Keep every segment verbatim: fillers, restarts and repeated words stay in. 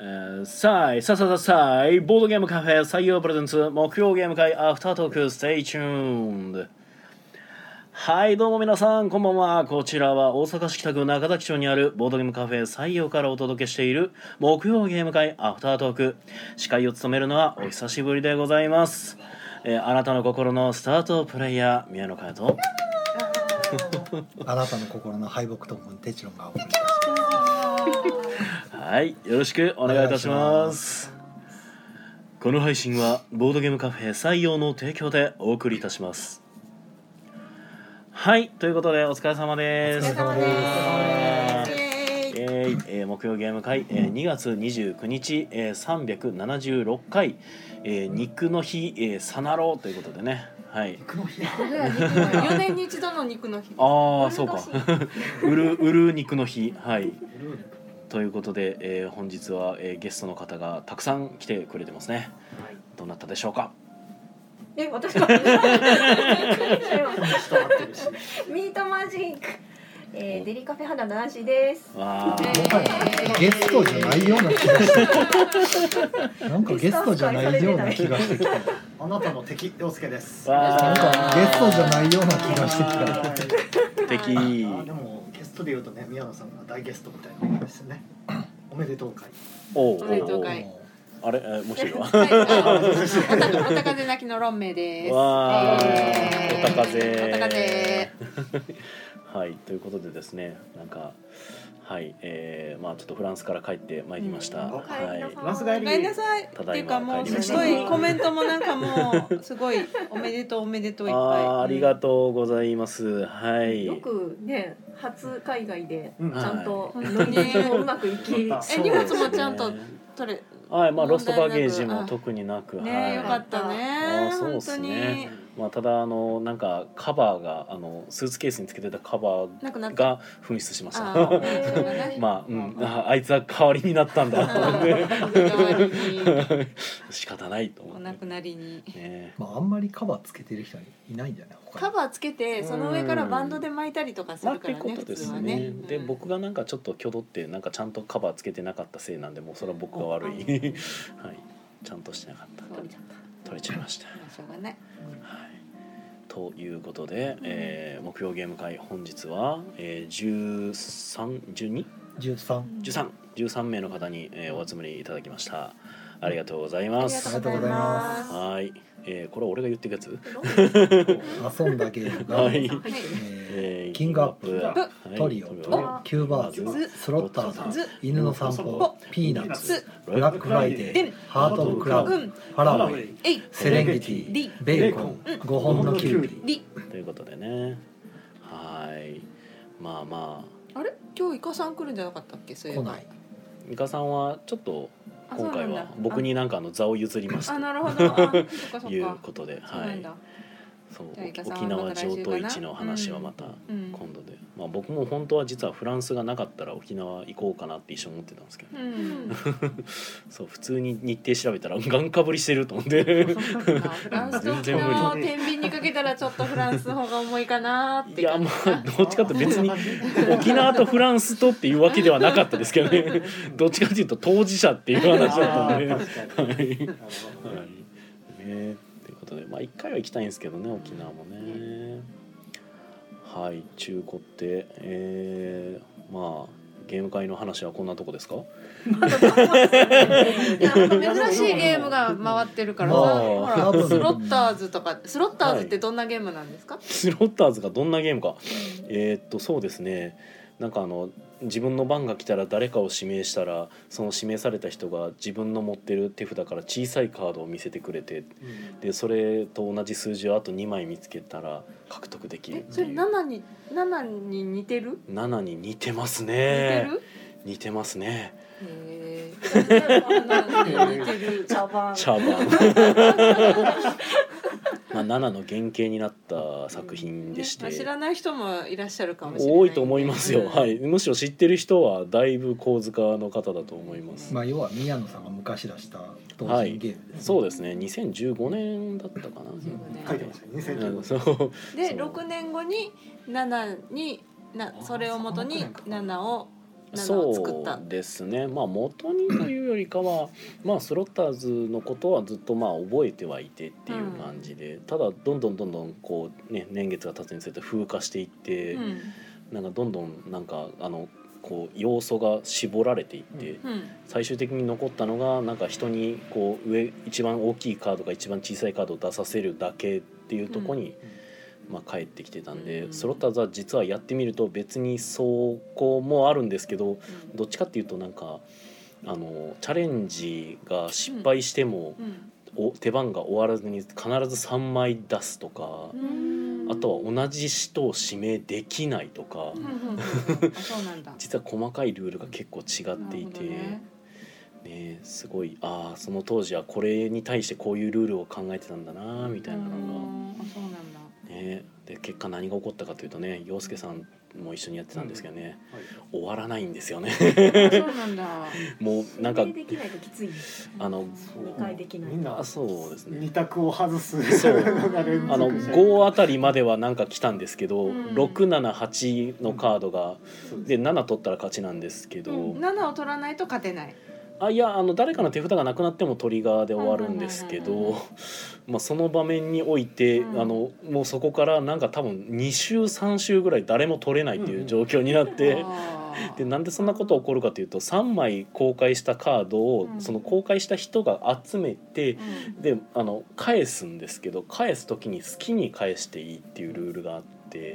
ー、さあさあさあさあボードゲームカフェ採用プレゼンツ木曜ゲーム会アフタートークステイチューン。はいどうも皆さんこんばんは。こちらは大阪市北区中崎町にあるボードゲームカフェ採用からお届けしている木曜ゲーム会アフタートーク。司会を務めるのはお久しぶりでございます、えー、あなたの心のスタートプレイヤー宮野佳代とあなたの心の敗北ともにテチロンがお送りいたしますはいよろしくお願いいたします。この配信はボードゲームカフェ採用の提供でお送りいたします。はいということでお疲れ様です。 お疲れ様です。 えーえー、木曜ゲーム会、えー、にがつにじゅうくにち、えー、さんびゃくななじゅうろっかい、えー、肉の日、えー、さなろうということでね。はい。 肉の日。 よねんに一度の肉の日。 ああそうか。売る売る肉の日。はい。ということで、えー、本日は、えー、ゲストの方がたくさん来てくれてますね。はい、どうなったでしょうか。 え、私がミートマジック、えー、デリカフェ肌男子です。 わー、 えー、ゲストじゃないような気がしてきた。なんかゲストじゃないような気がしてきた。 あなたの敵陽介です。 なんかゲストじゃないような気がしてきた。 敵。 あでもゲストで言うとね、宮野さんが大ゲストみたいなものですね。おめでとう会。 おおめでとう会。 あれ、えもう一人は。 はい、おたかぜ泣きのロンメイです。 わー、 えー、 おたかぜ。 おたかぜ。 はいということでですね、なんかはい、えー、まあちょっとフランスから帰ってまいりました。 うん、 はい。 フランス帰り。 ごめんなさい。 ただいまっていうかもう帰りましたすごいコメントもなんかもうすごいおめでとうおめでとういっぱい。 あ, ありがとうございます。はい。 よくね初海外でうんちゃんとはい乗り継ぎもうまくいき、 はいえ荷物もちゃんと取れ。 はい、まあロストバゲージも特になく、 ね、 はい、 よかったね。 あそうですね。まあただあのなんかカバーがあのスーツケースにつけてたカバーが紛失しました。 あまあ、うん、あ, あいつは代わりになったんだと思って仕方ないと思って。 お亡くなりに。 ね、 まああんまりカバーつけてる人いないんじゃない。 カバーつけてその上からバンドで巻いたりとかするからね。 まあ、ってことですね。ねで僕がなんかちょっと挙動ってなんかちゃんとカバーつけてなかったせいなんで、もうそれは僕が悪い。はい、ちゃんとしてなかった。 取れちゃった。 取れちゃいました。 しょうがない。 はい。ということで、えー、木曜ゲーム会本日は、えー、じゅうさん、じゅうに、 じゅうさん、 じゅうさん、じゅうさんめいの方に、えー、お集まりいただきました。ありがとうございます。 ありがとうございます。 はい、えー、これ俺が言ってるやつ？ 遊んだゲームが、 はい、 えー、キングアップ、トリオ、キューバーズ、スロッターズ、犬の散歩、ピーナッツ、ブラックフライデー、ハートオブクラウン、ファラウェイ、セレンゲティ、ベーコン、ごほんのキュウリということでね。はい、まあまあ。あれ今日イカさん来るんじゃなかったっけ。そういえば来ない。 イカさんはちょっと今回は僕になんかあの座を譲りました。 あ、なるほど。あ、そっかそっか。 いうことで、はい。そう沖縄上都市の話はまた今度で、うん、まあ僕も本当は実はフランスがなかったら沖縄行こうかなって一瞬思ってたんですけど、うん、そう普通に日程調べたらガンかぶりしてると思ってフランスと沖縄を天秤にかけたらちょっとフランスの方が重いかなって感じ。 いやまあどっちかと別に沖縄とフランスとっていうわけではなかったですけどねどっちかというと当事者っていう話だったんではいはいねでまあ、いっかいは行きたいんですけどね沖縄もね。はい中古って、えー、まあゲーム会の話はこんなとこですか？ いや珍しいゲームが回ってるからさ、ほらスロッターズとか。スロッターズってどんなゲームなんですか？ はい、スロッターズがどんなゲームか、えー、っとそうですね、なんかあの自分の番が来たら誰かを指名したらその指名された人が自分の持ってる手札から小さいカードを見せてくれて、うん、でそれと同じ数字をあとにまい見つけたら獲得できるっていう。 えそれななにななに似てる？ ななに似てますね。 似てる？ 似てますね。 へー似てる。 茶番茶番まあななの原型になった作品でして、 ね、知らない人もいらっしゃるかもしれない。 多いと思いますよ、 うん、 はい。むしろ知ってる人はだいぶ神塚の方だと思います。 まあ要は宮野さんが昔出した同人ゲームです、ね、 はい、そうですねにせんじゅうごねんだったかな、 書いてましたねにせんじゅうごねん、 うん、そうでろくねんごにななになそれを元にななをななを作った。 そうですね、まあ元にというよよりかは、まあ、スロッターズのことはずっとまあ覚えてはいてっていう感じで、うん、ただどんどんどんどんこう、ね、年月が経つにつれて風化していって、うん、なんかどんどんなんかあのこう要素が絞られていって、うん、最終的に残ったのがなんか人にこう上一番大きいカードか一番小さいカードを出させるだけっていうところに、うんまあ、帰ってきてたんで、うん、スロッターズは実はやってみると別にそこもあるんですけど、うん、どっちかっていうとなんかあのチャレンジが失敗しても、うん、お手番が終わらずに必ずさんまい出すとか、うん、あとは同じ人を指名できないとか、うん、実は細かいルールが結構違っていて、ねね、すごいああその当時はこれに対してこういうルールを考えてたんだなみたいなのが、 そうなんだ、 ね、で結果何が起こったかというとね、陽介さんも一緒にやってたんですけどね、うんはい、終わらないんですよねそうなんだもうなんかできないときついあのにかいできないみんなそうですねに択を外すそうあのごあたりまではなんか来たんですけど、うん、ろくななはちのカードが、うん、でなな取ったら勝ちなんですけど、 うん、ななを取らないと勝てない。 あいやあの誰かの手札がなくなってもトリガーで終わるんですけど、まあその場面において、うん、あのもうそこからなんか多分に週さん週ぐらい誰も取れないっていう状況になって、うん、でなんでそんなこと起こるかというとさんまい公開したカードを、うん、その公開した人が集めて、うん、であの返すんですけど返す時に好きに返していいっていうルールがあって、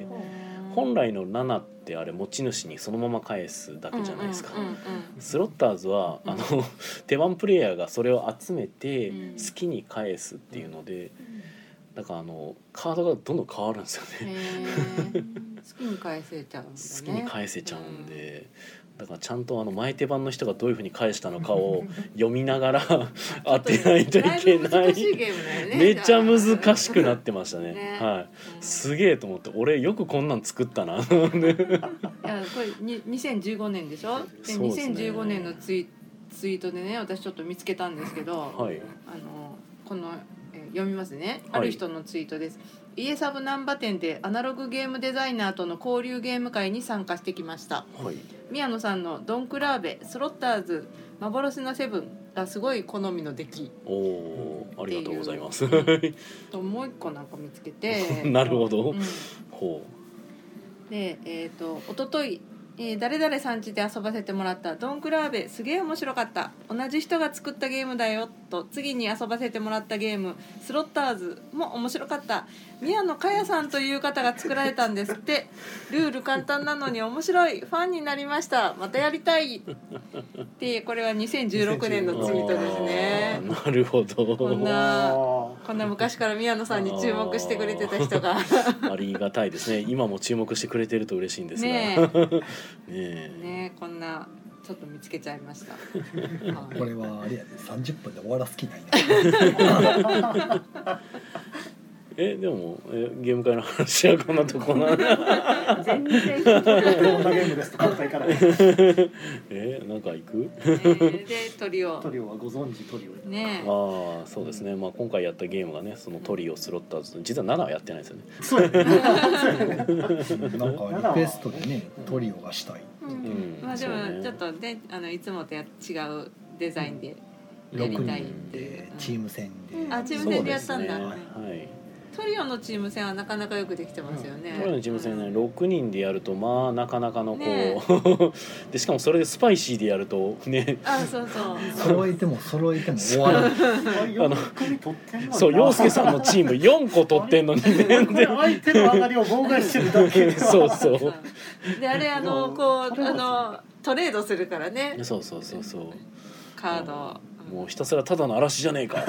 うん、本来のななってあれ持ち主にそのまま返すだけじゃないですか、うんうんうんうん、スロッターズはあの手番プレイヤーがそれを集めて好きに返すっていうので、だからあのカードがどんどん変わるんですよね好きに返せちゃうんだね。 好きに返せちゃうんで、だからちゃんとあの前手番の人がどういう風に返したのかを読みながら当てないといけない。めっちゃ難しくなってましたね。ねはい、すげえと思って、俺よくこんなん作ったな。いやこれにせんじゅうごねんでしょ。でにせんじゅうごねんのツイ、ツイートでね、私ちょっと見つけたんですけど、はい、あのこのえ読みますね。ある人のツイートです。はい、イエサブ難波店でアナログゲームデザイナーとの交流ゲーム会に参加してきました、はい、宮野さんのドンクラーベ、スロッターズ、幻のセブンがすごい好みの出来。 おー、ありがとうございます、うん、 ともう一個なんか見つけてなるほど、うん、 ほうで、えーと、おとといえー、誰々さん家で遊ばせてもらったドンクラーベすげえ面白かった、同じ人が作ったゲームだよと、次に遊ばせてもらったゲームスロッターズも面白かった、宮野佳代さんという方が作られたんですって、ルール簡単なのに面白い、ファンになりました、またやりたいってこれはにせんじゅうろくねんのツイートですね。 なるほど、 こんなこんな昔から宮野さんに注目してくれてた人がありがたいですね。今も注目してくれてると嬉しいんですがねえねえねえ、こんなちょっと見つけちゃいましたこれはあれやね、さんじゅっぷんで終わらす気ないなえでもえゲーム会の話はこんなとこな全然どんなゲームですと今回からえなんか行く、 えー、でトリオトリオはご存知トリオね。 ああそうですね、まあ、今回やったゲームがねそのトリオスロッターズ、実はななはやってないですよね。 そうやねなんかリクエストでねトリオがしたい、 うんうん、まあでもちょっとね、あのいつもとや違うデザインでやりたいっていう、 ろくにんでチーム戦で、 うん、あチーム戦でやったんだ、 ね、はいトリオのチーム戦はなかなかよくできてますよね、 うん、トリオのチーム戦ね、うん、ろくにんでやるとまあなかなかのこう、 ね、 でしかもそれでスパイシーでやるとね、 あそうそう揃えても揃えても終わるあのそう陽介さんのチームよんこ取ってんのに全然相手の上がりを妨害してるだけでそうそうであれあのこうあのトレードするからね、 そうそうそうそうカードもうひたすらただの嵐じゃねえか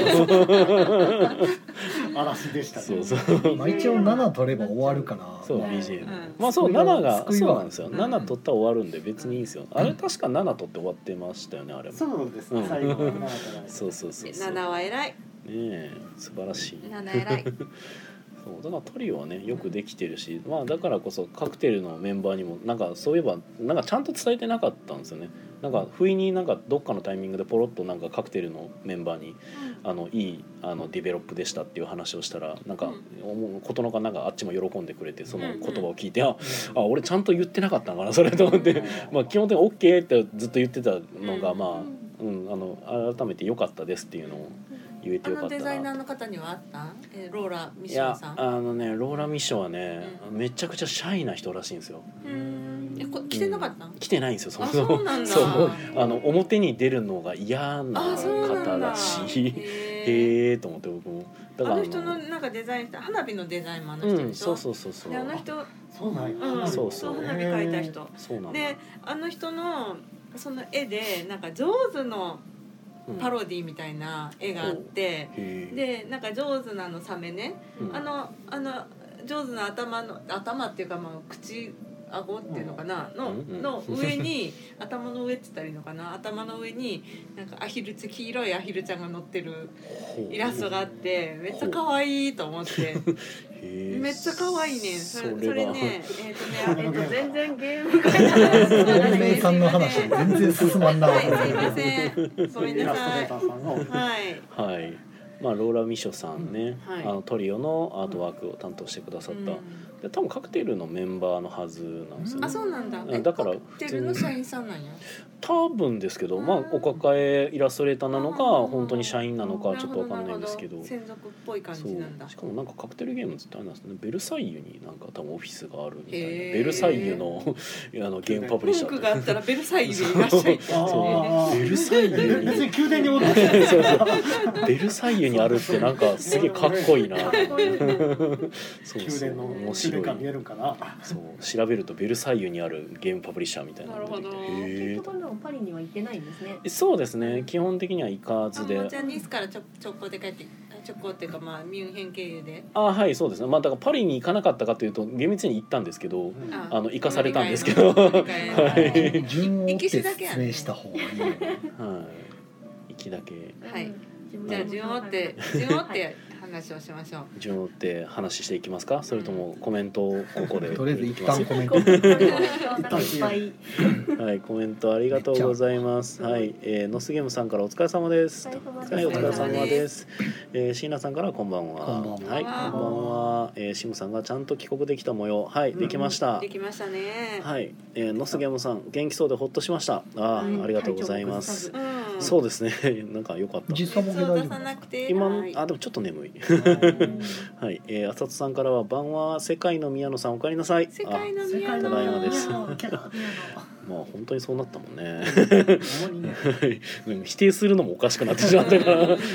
嵐でしたね。 そうそうまあ一応なな取れば終わるから、 そう、 まあ、 ビージーエム、 うん、 まあそうなながそうなんですよ、 うん、 なな取ったら終わるんで別にいいんですよ、あれ確かなな取って終わってましたよね、あれもそうですね、 うん、 最後はななからそうそうそうそう、 ななは偉いねえ素晴らしい、 なな偉いそうだからトリオはねよくできてるし、まあだからこそカクテルのメンバーにもなんかそういえばなんかちゃんと伝えてなかったんですよね。なんか不意になんかどっかのタイミングでポロッとなんかカクテルのメンバーに、うん、あのいいあのディベロップでしたっていう話をしたらなんか、うん、ことのかなんかあっちも喜んでくれてその言葉を聞いて、うんうん、ああ俺ちゃんと言ってなかったのかなそれと思って、まあ基本的に オーケー ってずっと言ってたのがまあうん、あの改めて良かったですっていうのを言えてよかったな。 あのデザイナーの方にはあったん、えー、ローラミシいやョンさん。 あのねローラミッションはね、 うん、 めちゃくちゃシャイな人らしいんですよ。 うーん、えこ来てなかったん、 うん、来てないんですよ。そあそうなんだ。 そうあの表に出るのが嫌な方らしい。へえと思って僕も。 だからあの人のなんかデザインした花火のデザインもあの人でしょ、 うん、そうそうそうそう。 であの人そうなんや、 うん、 そうそう花火描いた人。 そうなんだ。 であの人のその絵でなんかジョーズのパロディみたいな絵があって、うん、でなんかジョーズのあのサメね、うん、あのあのジョーズの頭の頭っていうかまあ口顎っていうのかな、のの上に頭の上って言ったらいいのかな、頭の上になんかアヒルちゃん、黄色いアヒルちゃんが乗ってるイラストがあってめっちゃ可愛いと思ってめっちゃ可愛いね。それそれねえっ、ー、とねえっ、ー、と全然ゲームがお姉さんの話全然進まんな。 はいすいませんごめんなさい。はいはい。まあローラミショさんね、 うんはい、 あのトリオのアートワークを担当してくださった。うんで多分カクテルのメンバーのはずなんですよね。 あ、そうなんだ。 だからカクテルの社員さんなんや。 多分ですけど、まあお抱えイラストレーターなのか本当に社員なのかちょっとわかんないんですけど。 専属っぽい感じなんだ。 しかもなんかカクテルゲームズってあれなんですね。ベルサイユになんか多分オフィスがあるみたいな。ベルサイユのあのゲームパブリッシャー。 文句があったらベルサイユにいらっしゃいって。 そうベルサイユに。 別に宮殿におるわけない。 そうそうベルサイユにあるってなんかすげえかっこいいな。そうそう。面白い。 見えるかな。 そう調べるとベルサイユにあるゲームパブリッシャーみたいなのが出てきて、 結局のパリには行ってないんですね。 そうですね、基本的には行かずで、 じゃあニースから直行で帰って直行っていうかまあミュンヘン経由で、 あはいそうですね、まあだからパリに行かなかったかというと厳密に行ったんですけど、うん、あの行かされたんですけど、はい順を追って説明した方がいいよね。 はい、行きだけ、 はい、じゃあ順を追って順を追って話をしましょう。 順を追って話していきますか、それともコメントをここでとりあえず一旦コメントはい、コメントありがとうございます。はい、えー、ノスゲームさんからお疲れ様です。はい、お疲れ様です。えー、椎名さんからこんばんは。 こんばんは。 はい、こんばんは。えー、シムさんがちゃんと帰国できた模様。はい、できました。 できましたね。 はい、えー、ノスゲームさん元気そうでほっとしました。あー、ありがとうございます。そうですね、なんか良かった。 実際も大丈夫。 今あでもちょっと眠い。はい、えー、あさつさんからは晩は世界の宮野さんお帰りなさい。 世界の宮野。 ただいまです。まあ本当にそうなったもんね。否定するのもおかしくなってしまったから、はい、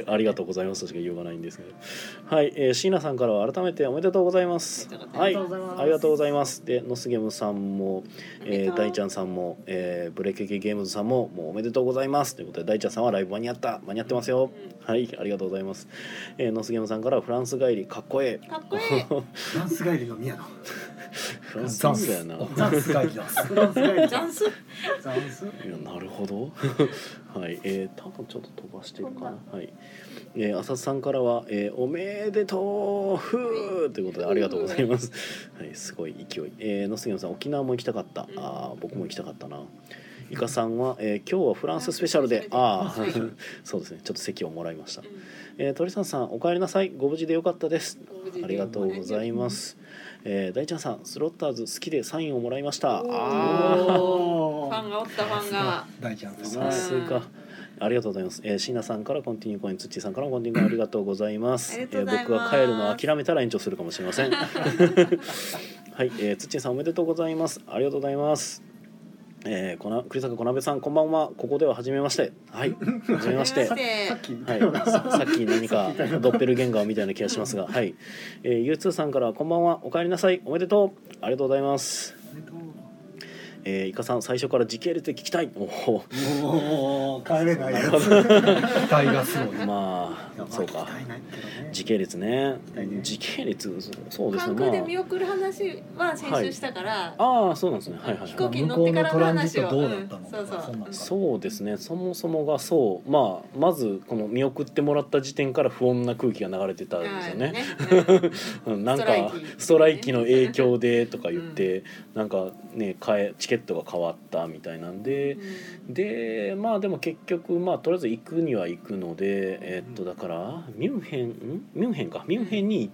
ありがとうございますとしか言いようがないんですけど、はい、えー、椎名さんからは改めておめでとうございます。はい、ありがとうございます。で、ノスゲムさんも、えー、大ちゃんさんも、えー、ブレケケゲームズさんももうおめでとうございますということで、大ちゃんさんはライブ間に合った間に合ってますよ。はい、ありがとうございます。えー、ノスゲムさんからはフランス帰りかっこええ。 かっこええ。 フランス帰りの宮野。 フランスだよな。 ザンス帰りだ。 フランス帰り。 ザンス。 ザンス。 いやなるほど。はい、えー、多分ちょっと飛ばしてるかな。はい。えー、浅田さんからは、えー、おめでとうふーということでありがとうございます。はい、すごい勢い。えー、野杉さん沖縄も行きたかった。ああ、僕も行きたかったな。イカさんは、えー、今日はフランススペシャルで、ああ、そうですね。ちょっと席をもらいました。えー、鳥さんさんお帰りなさい。ご無事でよかったです。ありがとうございます。えー、大ちゃんさんスロッターズ好きでサインをもらいました。ああ、 ファンがおったファンが。 大ちゃんさん。 さすが。ありがとうございます。えー、椎名さんからコンティニューコイン、つっちーさんからコンティニューコインありがとうございます。えー、僕は帰るのを諦めたら延長するかもしれません。はい、えー、つっちーさんおめでとうございます。ありがとうございます。えー、こな栗坂小鍋さんこんばんは。ここでは初めまして。はい、初めまして。 さっきはい、さ, さっき何かドッペルゲンガーみたいな気がしますが、はい、えー、ユーツー さんからこんばんは。お帰りなさい。おめでとう。ありがとうございます。えー、イカさん最初から時系列で聞きたい。おお帰れないやつ。 期待がすごい。 まあそうか。時系列ね。時系列そうですね。 関空で見送る話は先週したから。 はい、ああそうなんですね。はいはい。 飛行機に乗ってからの話を。 どうだったの、うん、 そうそう。 そうですね。そもそもがそうまあまずこの見送ってもらった時点から不穏な空気が流れてたんですよね。ねうん、なんかストライキの影響でとか言って、うん、なんかね変えチケットが変わったみたいなんで、うん、でまあでも結局まあとりあえず行くには行くので、えー、っとだからミュンヘンんミュンヘンかミュンヘンに行って、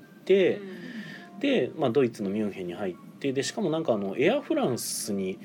うん、でまあドイツのミュンヘンに入ってでしかもなんかあのエアフランスに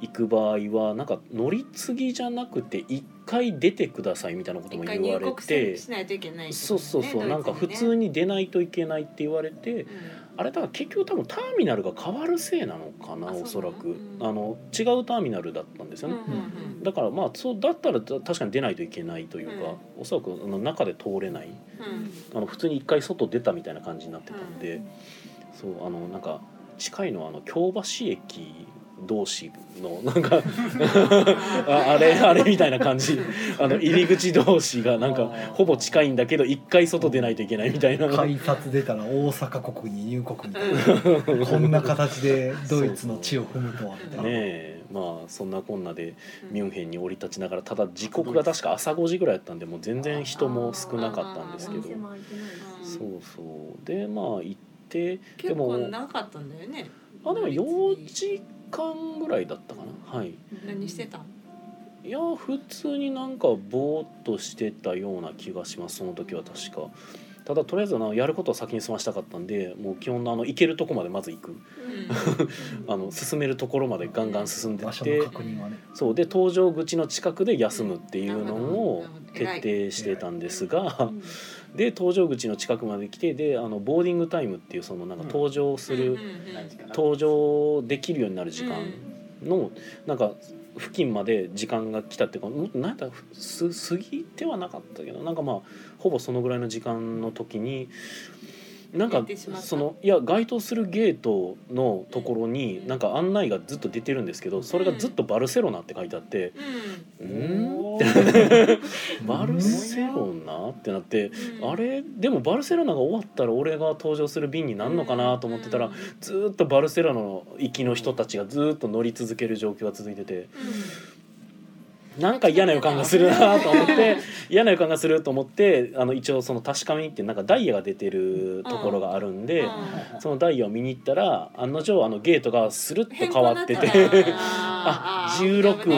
行く場合はなんか乗り継ぎじゃなくて一回出てくださいみたいなことも言われて、 しないといけない、ね、 そうそうそう、なんか普通に出ないといけないって言われて、うん、あれだから結局多分ターミナルが変わるせいなのかな、おそらく、うん、あの違うターミナルだったんですよね、うんうんうん、だからまあそうだったら確かに出ないといけないというか、うん、おそらくあの中で通れない、うん、あの普通に一回外出たみたいな感じになってたんで、うん、そうあのなんか近いのはあの京橋駅同士のなんかあれあれみたいな感じ、あの入り口同士がなんかほぼ近いんだけど一回外出ないといけないみたいな、 改札出たら大阪国に入国みたいなこんな形でドイツの地を踏むとはみたいな、ねえ、まあそんなこんなでミュンヘンに降り立ちながら、ただ時刻が確か朝ごじぐらいだったんでもう全然人も少なかったんですけど、そうそうでまあ行って結構長かったんだよね。 あでもよじかんぐらいだったかな。はい。 何してたん？ いや普通になんかぼーっとしてたような気がします、その時は確か。ただとりあえずなやることを先に済ましたかったんで、もう基本のあの行けるとこまでまず行く、うん、あの進めるところまでガンガン進んでって、 場所の確認はね、 そうで搭乗口の近くで休むっていうのを徹底してたんですが、で搭乗口の近くまで来て、であのボーディングタイムっていうそのなんか搭乗する、搭乗できるようになる時間のなんか付近まで時間が来たっていうか、なんだす過ぎてはなかったけど、なんかまあほぼそのぐらいの時間の時になんかそのいや該当するゲートのところになんか案内がずっと出てるんですけど、それがずっとバルセロナって書いてあって、うん、うんってバルセロナってなって、あれでもバルセロナが終わったら俺が搭乗する便になるのかなと思ってたら、ずっとバルセロナの行きの人たちがずっと乗り続ける状況が続いてて、なんか嫌な予感がするなと思って嫌な予感がすると思ってあの一応その確かめに行って、なんかダイヤが出てるところがあるんで、そのダイヤを見に行ったら案の定あのゲートがスルッと変わっててあじゅうろくマ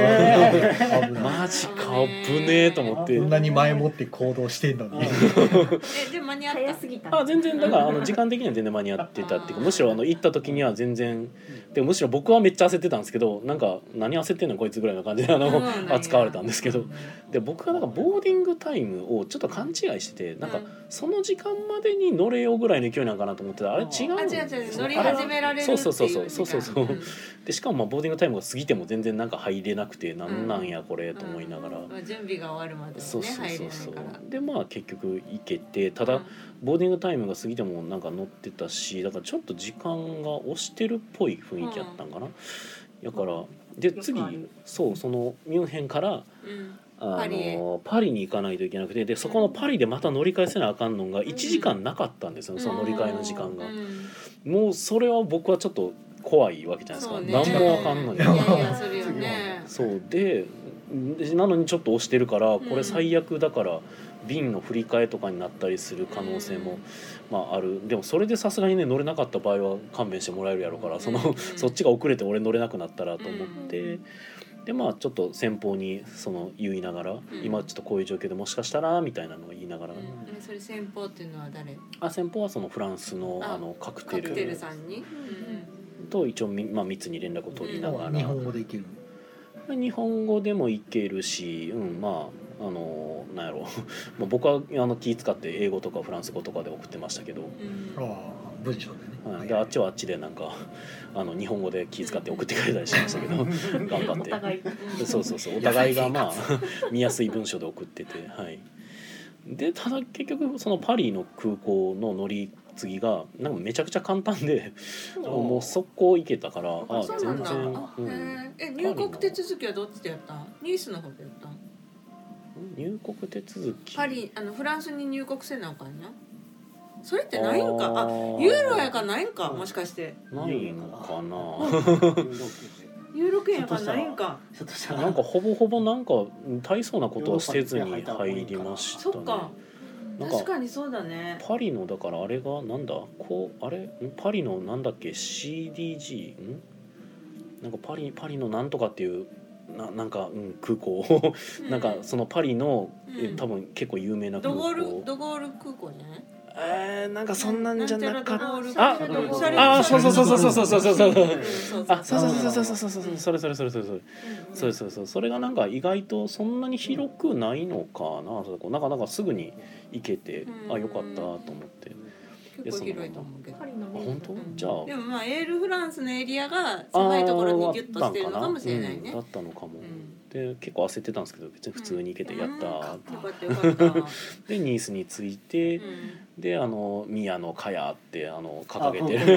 ジか危ねえと思って、 こんなに前もって行動してんのにえでも間に合ったすぎた。 あ全然だからあの時間的には全然間に合ってたっていうか、むしろあの行った時には全然でむしろ僕はめっちゃ焦ってたんですけど、なんか何焦ってんのこいつぐらいの感じであの扱われたんですけど、で僕がなんかボーディングタイムをちょっと勘違いしてて、なんかその時間までに乗れようぐらいの勢いなんかなと思ってたら、あれ違う、 あ違う違う乗り始められるっていうそうそうそうそうそうそう、でしかもまあボーディングタイムが過ぎても全然なんか入れなくて、なんなんやこれと思いながら、 うんうん、準備が終わるまでねそうそうそうそう入れないから、 でまあ結局行けて、ただ、うん、ボーディングタイムが過ぎてもなんか乗ってたし、だからちょっと時間が押してるっぽい雰囲気やったんかな、うん、だからで次そうそのミュンヘンから、うんあパリのパリに行かないといけなくて、でそこのパリでまた乗り換えせなあかんのがいちじかんなかったんですよ、うん、その乗り換えの時間が、うん、もうそれは僕はちょっと怖いわけじゃないですか、ね、何もあかんのに、 いやいやするよねそうでなのにちょっと押してるからこれ最悪だから、便の振り替えとかになったりする可能性も、まあ、ある。でもそれでさすがにね乗れなかった場合は勘弁してもらえるやろから、そのそっちが遅れて俺乗れなくなったらと思って、でまあちょっと先方にその言いながら、うん、今ちょっとこういう状況でもしかしたらみたいなのを言いながら、うん、 それ先方っていうのは誰？ あ先方はそのフランスのあのカクテル、 カクテルさんに、 うん、と一応、まあ、密に連絡を取りながら、 うん、日本語でいける？ 日本語でもいけるし、うん、まああのなんやろまあ僕はあの気使って英語とかフランス語とかで送ってましたけど、 うん、あ文章でね、 はい、であっちはあっちでなんかあの日本語で気遣って送ってくれたりしましたけど頑張ってそうそうそうお互いがまあ見やすい文章で送ってて、はい、でただ結局そのパリの空港の乗り継ぎがなんかめちゃくちゃ簡単でもう速攻行けたから、 あ全然、うん、え入国手続きはどっちでやったん？ニースの方でやったん？ 入国手続きパリあのフランスに入国せなあかんな。それってないんか、あユーロやからないんか、もしかしてないんかなユーロ圏やからないんか、 なんかほぼほぼなんか大層なことはせずに入りましたね。 そっか確かにそうだね。 パリのだからあれがなんだこうあれパリのなんだっけ シーディージー んなんかパリパリのなんとかっていうななんか、うん、空港なんかそのパリの、うん、多分結構有名な空港ドゴールドゴール空港じゃない？ えー、なんかそんなんじゃなかった。 あああそうそうそうそうそうそうそうそうそうあそうそうそうそうそうそうそれそれそれそれそれそれそれそれそれがなんか意外とそんなに広くないのかな。そこなんかなんかすぐに行けてあよかったと思って。 結構広いと思うけど。 あ本当？じゃあ。 でもまあエールフランスのエリアが狭いところにギュッとしてるのかもしれないね。 だったのかも。で結構焦ってたんですけど別に普通に行けてやったーって、 よかったよかった。 でニースに着いて、であの宮のかやってあの掲げてる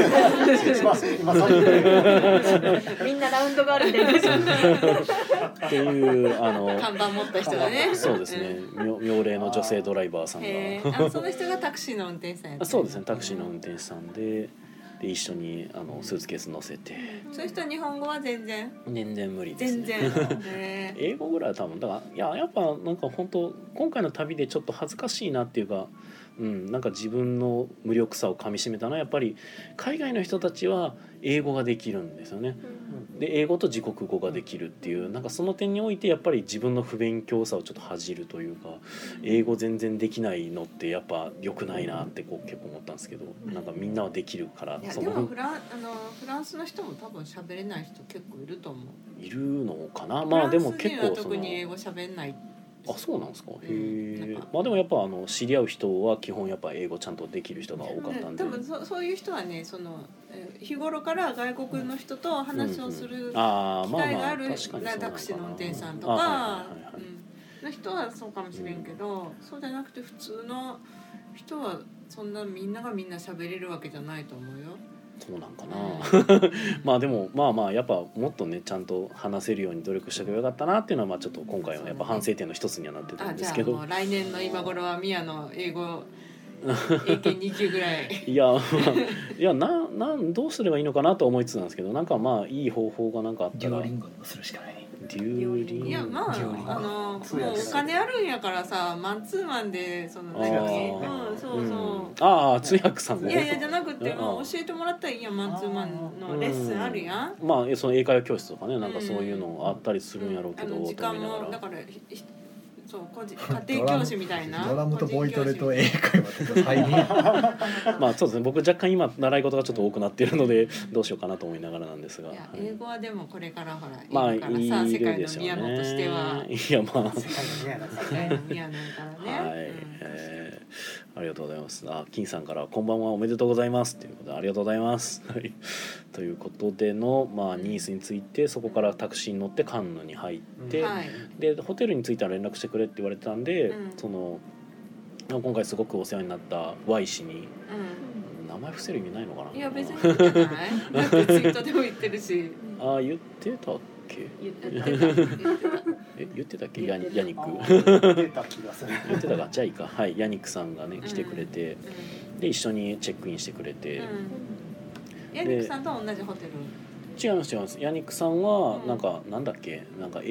みんなラウンドがあるみたいなっていうあの看板持った人がね。 そうですね。妙齢の女性ドライバーさんがあその人がタクシーの運転手さんやった。 そうですね。タクシーの運転手さんで。で一緒にあのスーツケース乗せて、 そういう人日本語は全然全然無理です、ね、 全然英語ぐらいは多分だからいややっぱなんか本当今回の旅でちょっと恥ずかしいなっていうか、うん、なんか自分の無力さをかみしめたのはやっぱり海外の人たちは英語ができるんですよね。で英語と自国語ができるっていうなんかその点においてやっぱり自分の不勉強さをちょっと恥じるというか、英語全然できないのってやっぱ良くないなってこう結構思ったんですけど、なんかみんなはできるから。 いやでもフランあのフランスの人も多分喋れない人結構いると思う。 いるのかな。まあでも結構そのフランス人は特に英語喋んない。 あそうなんですか。へえ。まあでもやっぱあの知り合う人は基本やっぱ英語ちゃんとできる人が多かったんで。 多分そそういう人はねその日頃から外国の人と話をする機会があるタクシーの運転手さんとかの人はそうかもしれんけど、そうじゃなくて普通の人はそんなみんながみんな喋れるわけじゃないと思うよ。 そうなんかな、うん、まあでもまあまあやっぱもっとねちゃんと話せるように努力してばよかったなっていうのはまあちょっと今回はやっぱ反省点の一つにはなってたんですけど、 あじゃあもう来年の今頃は宮の英語英検に級ぐらいいや、まあ、いやななんどうすればいいのかなと思いつつなんですけど、なんかまあいい方法がなんかあったらデュオリンゴをするしかない。 デューリンいやまああのもうお金あるんやからさマンツーマンでその何うんそうそう、うん、 ああ通訳さんね。 いやいやじゃなくて、まあ、教えてもらったらいいやんマンツーマンのレッスンあるやん。 まあその英会話教室とかねなんかそういうのあったりするんやろうけど、 うん、時間もだからそう個人家庭教師みたいなドラムとボイトレと英会話って大変まあそうですね。僕若干今習い事がちょっと多くなっているのでどうしようかなと思いながらなんですが、いや英語はでもこれからほらまあいいからさ、 いい世界のでしょうね。 宮野としてはいやまあ世界の宮野世界の宮野からね、 はい、うんえー、ありがとうございます。あ金さんからこんばんはおめでとうございますということでありがとうございます。はいということでのまあニースについてそこからタクシーに乗ってカンヌに入って、 はい、 でホテルに着いたら連絡してくれって言われてたんで、 うん、 その今回すごくお世話になった Y 氏に、 うん、 名前伏せる意味ないのかな。 いや別にいいんじゃないだってツイートでも言ってるしああ言ってたっけ。 言ってた言ってたえ言ってたっけヤニヤニック言ってた気がする言ってたかじゃあいいかはいヤニックさんがね来てくれて、 うん、 で一緒にチェックインしてくれて、 うん、ヤニックさんと同じホテル。 違います違います。ヤニックさんはなんか、うん、なんだっけなんか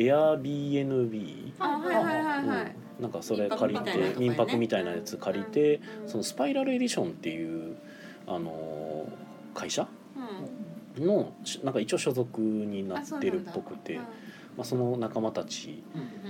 Airbnb あはいはいはいはい、 うん、なんかそれ借りて民泊みたいなやつ借りて、うん、そのスパイラルエディションっていうあのー、会社、うん、のなんか一応所属になってるっぽくて、そ, まあ、その仲間たち、うんうん、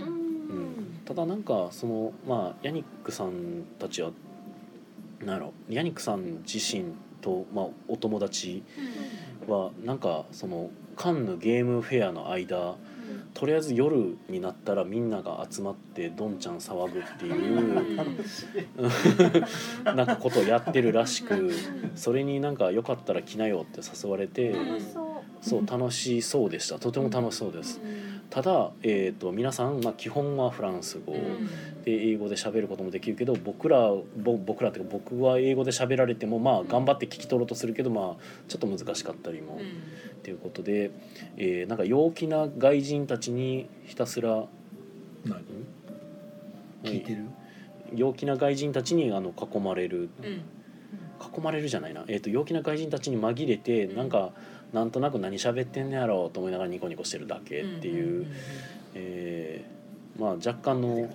ただなんかそのまあヤニックさんたちはなんやろヤニックさん自身と、まあ、お友達はなんかそのカンヌゲームフェアの間、うん、とりあえず夜になったらみんなが集まってどんちゃん騒ぐっていうなんかことをやってるらしく、それになんかよかったら来なよって誘われて、そう楽しそうでした。とても楽しそうです。ただ、えー、と皆さん、まあ、基本はフランス語で英語で喋ることもできるけど、僕らぼ僕らっていうか僕は英語で喋られてもまあ頑張って聞き取ろうとするけど、まあちょっと難しかったりも、うん、っていうことで、えー、なんか陽気な外人たちにひたすら何聞いてる、 陽気な外人たちにあの囲まれる、 うん、 囲まれるじゃないな、えー、と陽気な外人たちに紛れて、うん、なんかなんとなく何喋ってんねやろうと思いながらニコニコしてるだけっていう、えー、まあ若干の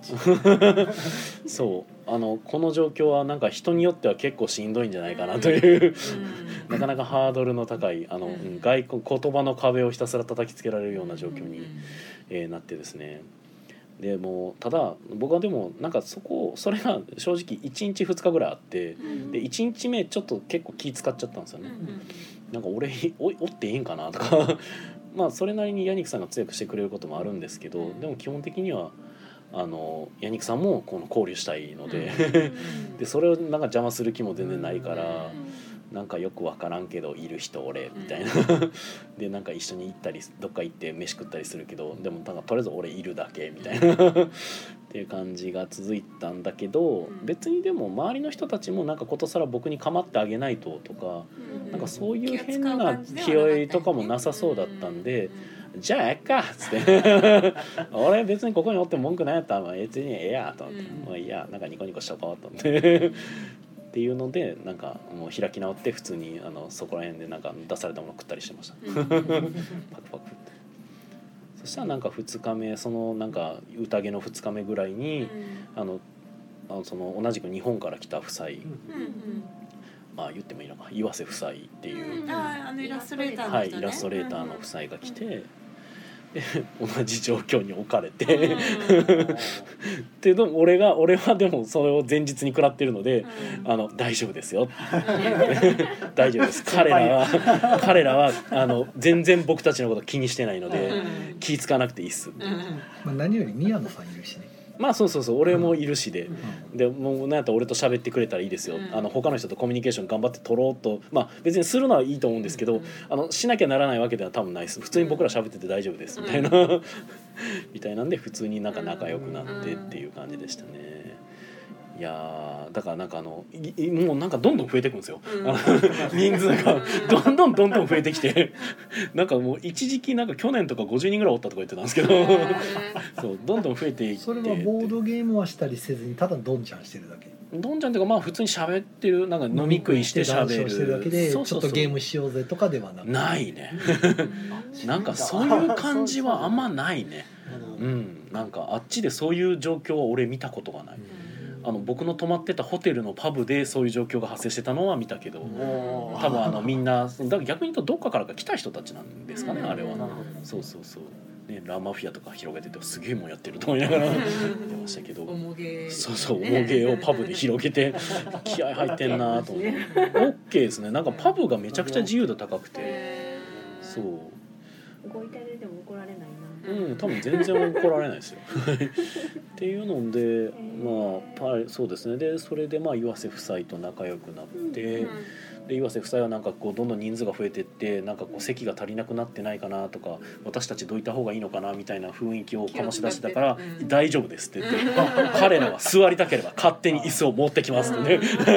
そうあのこの状況はなんか人によっては結構しんどいんじゃないかなというなかなかハードルの高いあの、うん、外国言葉の壁をひたすら叩きつけられるような状況に、えー、なってですね、 でもただ僕はでもなんかそこそれが正直いちにちふつかぐらいあって、うん、でいちにちめちょっと結構気使っちゃったんですよね、うん、なんか俺おおっていいんかなとかまあそれなりにヤニクさんが強くしてくれることもあるんですけど、でも基本的にはあのヤニクさんもこの交流したいのででそれをなんか邪魔する気も全然ないから、なんかよく分からんけどいる人俺みたいなでなんか一緒に行ったりどっか行って飯食ったりするけど、でもなんかとりあえず俺いるだけみたいなっていう感じが続いたんだけど、別にでも周りの人たちもなんかことさら僕に構ってあげないととか、なんかそういう変な気負いとかもなさそうだったんで、じゃあえっかっつって俺別にここにおって文句ないやったら別にええやと思って、もういやなんかニコニコしとこうと思ってっていうので、なんかもう開き直って普通にあのそこら辺でなんか出されたもの食ったりしてましたパクパクって。そしたらなんかふつかめ、そのなんか宴のふつかめぐらいに、あのあのその同じく日本から来た夫妻、まあ言ってもいいのか、岩瀬夫妻っていう、 ああのイラストレーターの人ね、 はい、イラストレーターの夫妻が来て、で同じ状況に置かれてっていうのも俺が俺はでもそれを前日に食らってるので、うん、あの大丈夫ですよ大丈夫です、彼らは彼らはあの全然僕たちのこと気にしてないので、うん、気ぃつかなくていいっす、うん、 まあ、何より宮野さんいるしね。 まあそうそうそう、俺もいるしで、うん、でもうなんやったら俺と喋ってくれたらいいですよ、うん、あの他の人とコミュニケーション頑張って取ろうと、まあ別にするのはいいと思うんですけど、うん、あのしなきゃならないわけでは多分ないです。普通に僕ら喋ってて大丈夫ですみたいな、うん、みたいなんで普通になんか仲良くなってっていう感じでしたね。いやだからなんかあのもうなんかどんどん増えていくんですよ、うん、あの人数がどんどんどんどん増えてきてなんかもう一時期なんか去年とかごじゅうにんぐらいおったとか言ってたんですけどそうどんどん増えていって、 それはボードゲームはしたりせずにただドンちゃんしてるだけ。 ドンちゃんっていうかまあ普通に喋ってる、なんか飲み食いして喋るしてるだけで、ちょっとゲームしようぜとかではなくないねなんかそういう感じはあんまないねうん、なんかあっちでそういう状況は俺見たことがない、あの僕の泊まってたホテルのパブでそういう状況が発生してたのは見たけど、多分あのみんなだから逆に言うとどっかからか来た人たちなんですかね、あれは。そうそうそうね、ラマフィアとか広げててすげえもんやってると思いながら出ましたけど、そうそう、重げをパブで広げて気合入ってんなと思って OK ですね。なんかパブがめちゃくちゃ自由度高くて、そうご遺体ででも怒られないな。 うん、多分全然怒られないですよっていうので、まあそうですね。でそれでまあ岩瀬夫妻と仲良くなって、うん、で岩瀬夫妻はなんかこうどんどん人数が増えてって、なんかこう席が足りなくなってないかなとか、私たちどういった方がいいのかなみたいな雰囲気を醸し出してたから、うん、大丈夫ですって言って彼らは座りたければ勝手に椅子を持ってきますってね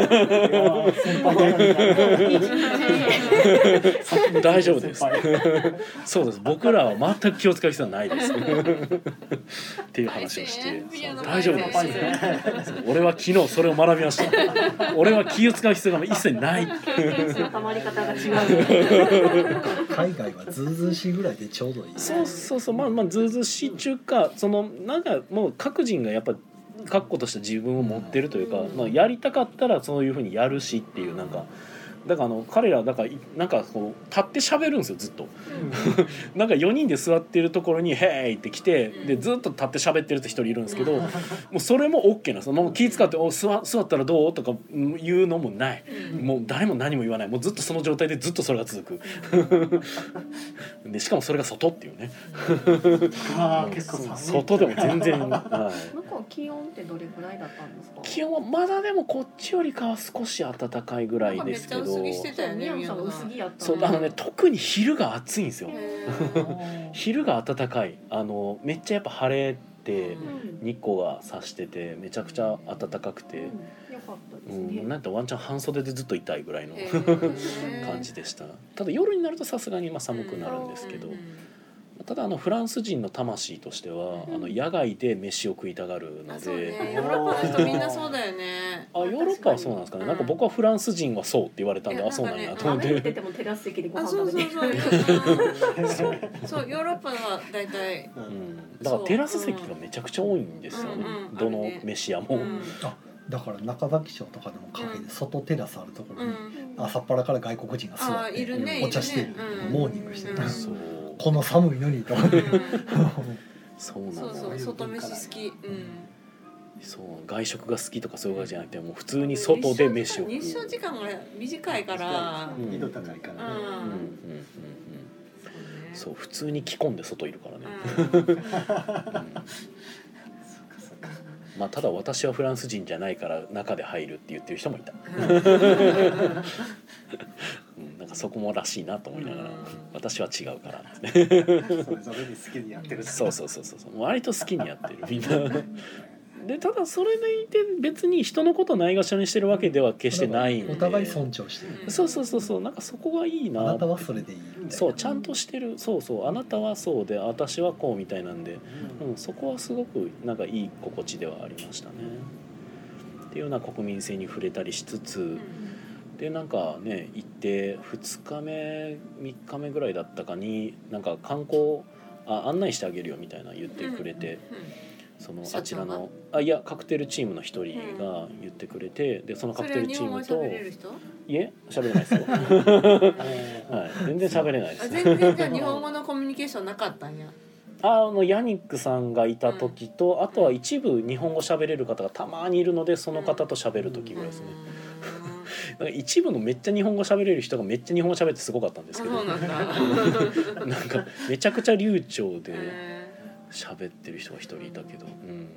大丈夫ですそうです、僕らは全く気を使う必要はないですっていう話をして、大丈夫です俺は昨日それを学びました俺は気を使う必要が一切ない溜まり方が違う海外はズうずうしいぐらいでちょうどいい。 そうそうそう、まあまあズうずうしい中か、そのなんかもう各人がやっぱ確固とした自分を持ってるというか、まあ、やりたかったらそういうふうにやるしっていう、なんかだからあの彼らだからなんかこう立って喋るんですよずっと、うん、なんかよにんで座ってるところに「ヘイ!」って来て、でずっと立って喋ってるって一人いるんですけど、もうそれも OK なんですよ。もう気使って「お座, 座ったらどう?」とか言うのもない、もう誰も何も言わない、もうずっとその状態でずっとそれが続くでしかもそれが外っていうねあ結構寒い。 外でも全然、はい、 向こう気温ってどれぐらいだったんですか？ 気温はまだでもこっちよりかは少し暖かいぐらいですけど、そうあのね、特に昼が暑いんですよ昼が暖かい、あのめっちゃやっぱ晴れて日光が差しててめちゃくちゃ暖かくて、うん、よかったですね、うん、なんてワンチャン半袖でずっといたいぐらいの感じでした。ただ夜になるとさすがにまあ寒くなるんですけど、ただあのフランス人の魂としては、うん、あの野外で飯を食いたがるので、 ね、ヨーロッパの人みんなそうだよねあ、ヨーロッパはそうなんですかね、うん、なんか僕はフランス人はそうって言われたんで、あ、そうなんやと思って、 雨降っててもテラス席でご飯食べて、 そうそうそうヨーロッパは大体、 うん、だからテラス席がめちゃくちゃ多いんですよね、うんうん、どの飯屋も、うん、 あだから中崎町とかでもカフェで外テラスあるところに、うん、朝っぱらから外国人が座って、ね、お茶してる、ね、モーニングしてる、うん、そうこの寒いのにと思ってそうなの。 そうそう外飯好き、うん、 そう外食が好きとかそういうわけじゃなくてもう普通に外で飯を食う。 日照時間が短いから緯度高いからね、 うんうんうんうんうん、そう普通に着込んで外いるからね、 うんうんまあ、ただ私はフランス人じゃないから中で入るって言ってる人もいた、うん、なんかそこもらしいなと思いながら、うん、私は違うからそれぞれに好きにやってる。 そうそうそうそう割と好きにやってるみんなでただそれでいて別に人のことないがしろにしてるわけでは決してないんで、 お互い尊重してる。 そうそうそうそうなんかそこがいいな。 あなたはそれでいいみたいな。 そうちゃんとしてる。そうそうあなたはそうで私はこうみたいなんで、うん、そこはすごくなんかいい心地ではありましたね。っていうような国民性に触れたりしつつ、でなんかね行ってふつかめみっかめぐらいだったかになんか観光あ案内してあげるよみたいな言ってくれて。そのあちらのあいやカクテルチームの一人が言ってくれて、でそのカクテルチームといえ喋れないですよはい、全然喋れないです。 全然じゃあ日本語のコミュニケーションなかったんや。 あのヤニックさんがいた時と、あとは一部日本語喋れる方がたまにいるのでその方と喋る時ぐらいですね。なんか一部のめっちゃ日本語喋れる人がめっちゃ日本語喋ってすごかったんですけど、なんかめちゃくちゃ流暢で。喋ってる人が一人いたけど、うん、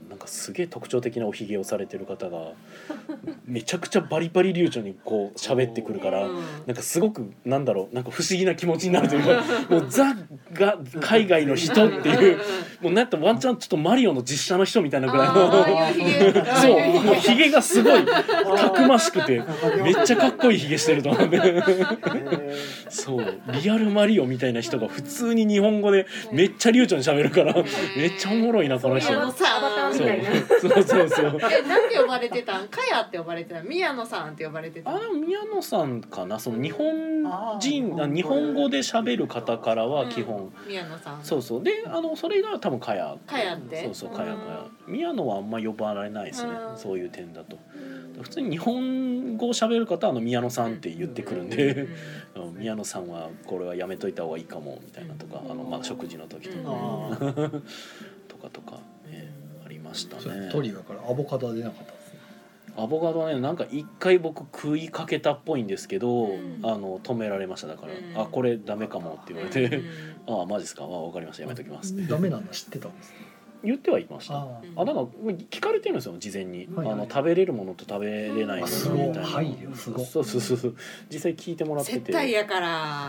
なんかすげえ特徴的なおひげをされてる方がめちゃくちゃバリバリ流暢にこう喋ってくるから、なんかすごくなんだろうなんか不思議な気持ちになるというかもうザが海外の人っていうもうなんかワンチャンちょっとマリオの実写の人みたいなぐらいのそうもうひげがすごいたくましくてめっちゃかっこいいひげしてると思ってそうリアルマリオみたいな人が普通に日本語でめっちゃ流暢に喋るからめっちゃおもろいなこの人。 アバターみたいな。 そうそうそう。 え、なんて呼ばれてたん？かやって呼ばれてたん？宮野さんって呼ばれてたん？ あ、宮野さんかな。その日本人、あ日本語で喋る方からは基本、うん、 宮野さん。 そうそう。で、あのそれが多分かや。 かやって。 そうそうかやかや。宮野はあんま呼ばれないですね。そういう点だと。普通に日本語を喋る方はあの宮野さんって言ってくるんで、うん、宮野さんはこれはやめといた方がいいかもみたいなとか、あのまあ食事の時とか、うん、とかとか、ね、ありましたね。 トリガーからアボカドは出なかったですね。 アボカドはねなんか一回僕食いかけたっぽいんですけど、うん、あの止められました。だから、うん、あこれダメかもって言われて、うん、あマジですか、あ分かりましたやめときますって。 ダメなの知ってたんですね。 言ってはいました。ああなんか聞かれてるんですよ事前に、はいはい、あの食べれるものと食べれないものみたいな。 配慮すごい。 そうそうそうそう実際聞いてもらってて。 接待やから。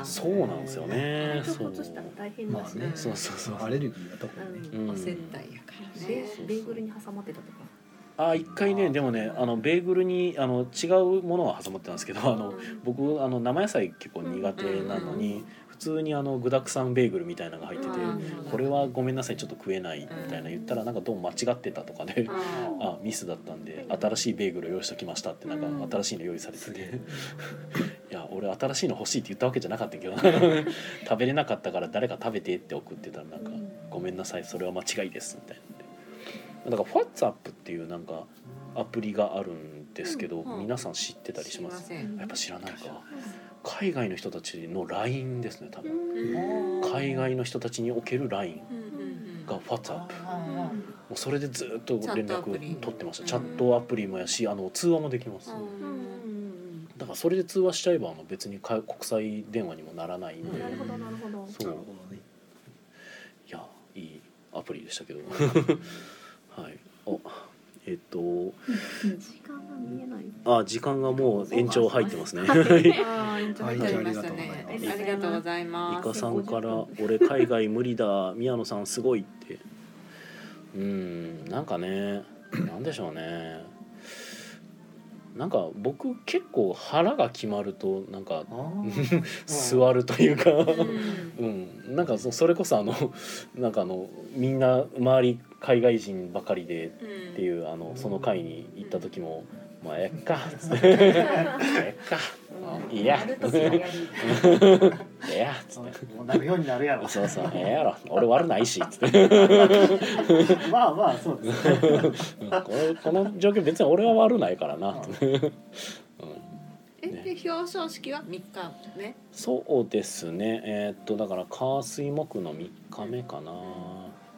そうなんですよね。 そうとしたら大変だしね。 そうそうそうアレルギーなとこね。 うん、接待やからね。 ベーグルに挟まってたとか。 あ一回ねでもねあのベーグルにあの違うものは挟まってたんですけど、あの僕あの生野菜結構苦手なのに。普通にあの具沢山ベーグルみたいなのが入ってて、これはごめんなさいちょっと食えないみたいな言ったらなんかどうも間違ってたとかで、あミスだったんで新しいベーグルを用意しておきましたってなんか新しいの用意されてていや俺新しいの欲しいって言ったわけじゃなかったけど食べれなかったから誰か食べてって送ってたらなんかごめんなさいそれは間違いですみたいな。だから WhatsApp っていうなんかアプリがあるんですけど、皆さん知ってたりします？やっぱ知らないか。海外の人たちの ライン ですね多分。海外の人たちにおける ライン が WhatsApp。もうそれでずっと連絡取ってました。チャットアプリもやし、あの通話もできます。だからそれで通話しちゃえばあの別に国際電話にもならないんで。 なるほどなるほど。 そう。いやいいアプリでしたけど。はい。お。えっと、 時間が見えない。 あ、時間がもう延長入ってますね。 ああ、延長入ってましたね。ありがとうございます。 イカさんから俺海外無理だ、宮野さんすごいって。うん、なんかね、なんでしょうね。なんか僕結構腹が決まるとなんか座るというか、うん、なんかそれこそあのなんかあのみんな周り海外人ばかりでっていうあのその会に行った時もまあえっかっつってえっかいやいやっつってもうなるようになるやろ。 そうそうええやろ俺悪ないしっつってまあまあそうですねこれこの状況別に俺は悪ないからなって、うん、 えで表彰式はみっかめ？ そうですねえー、っとだから火水木のみっかめかな。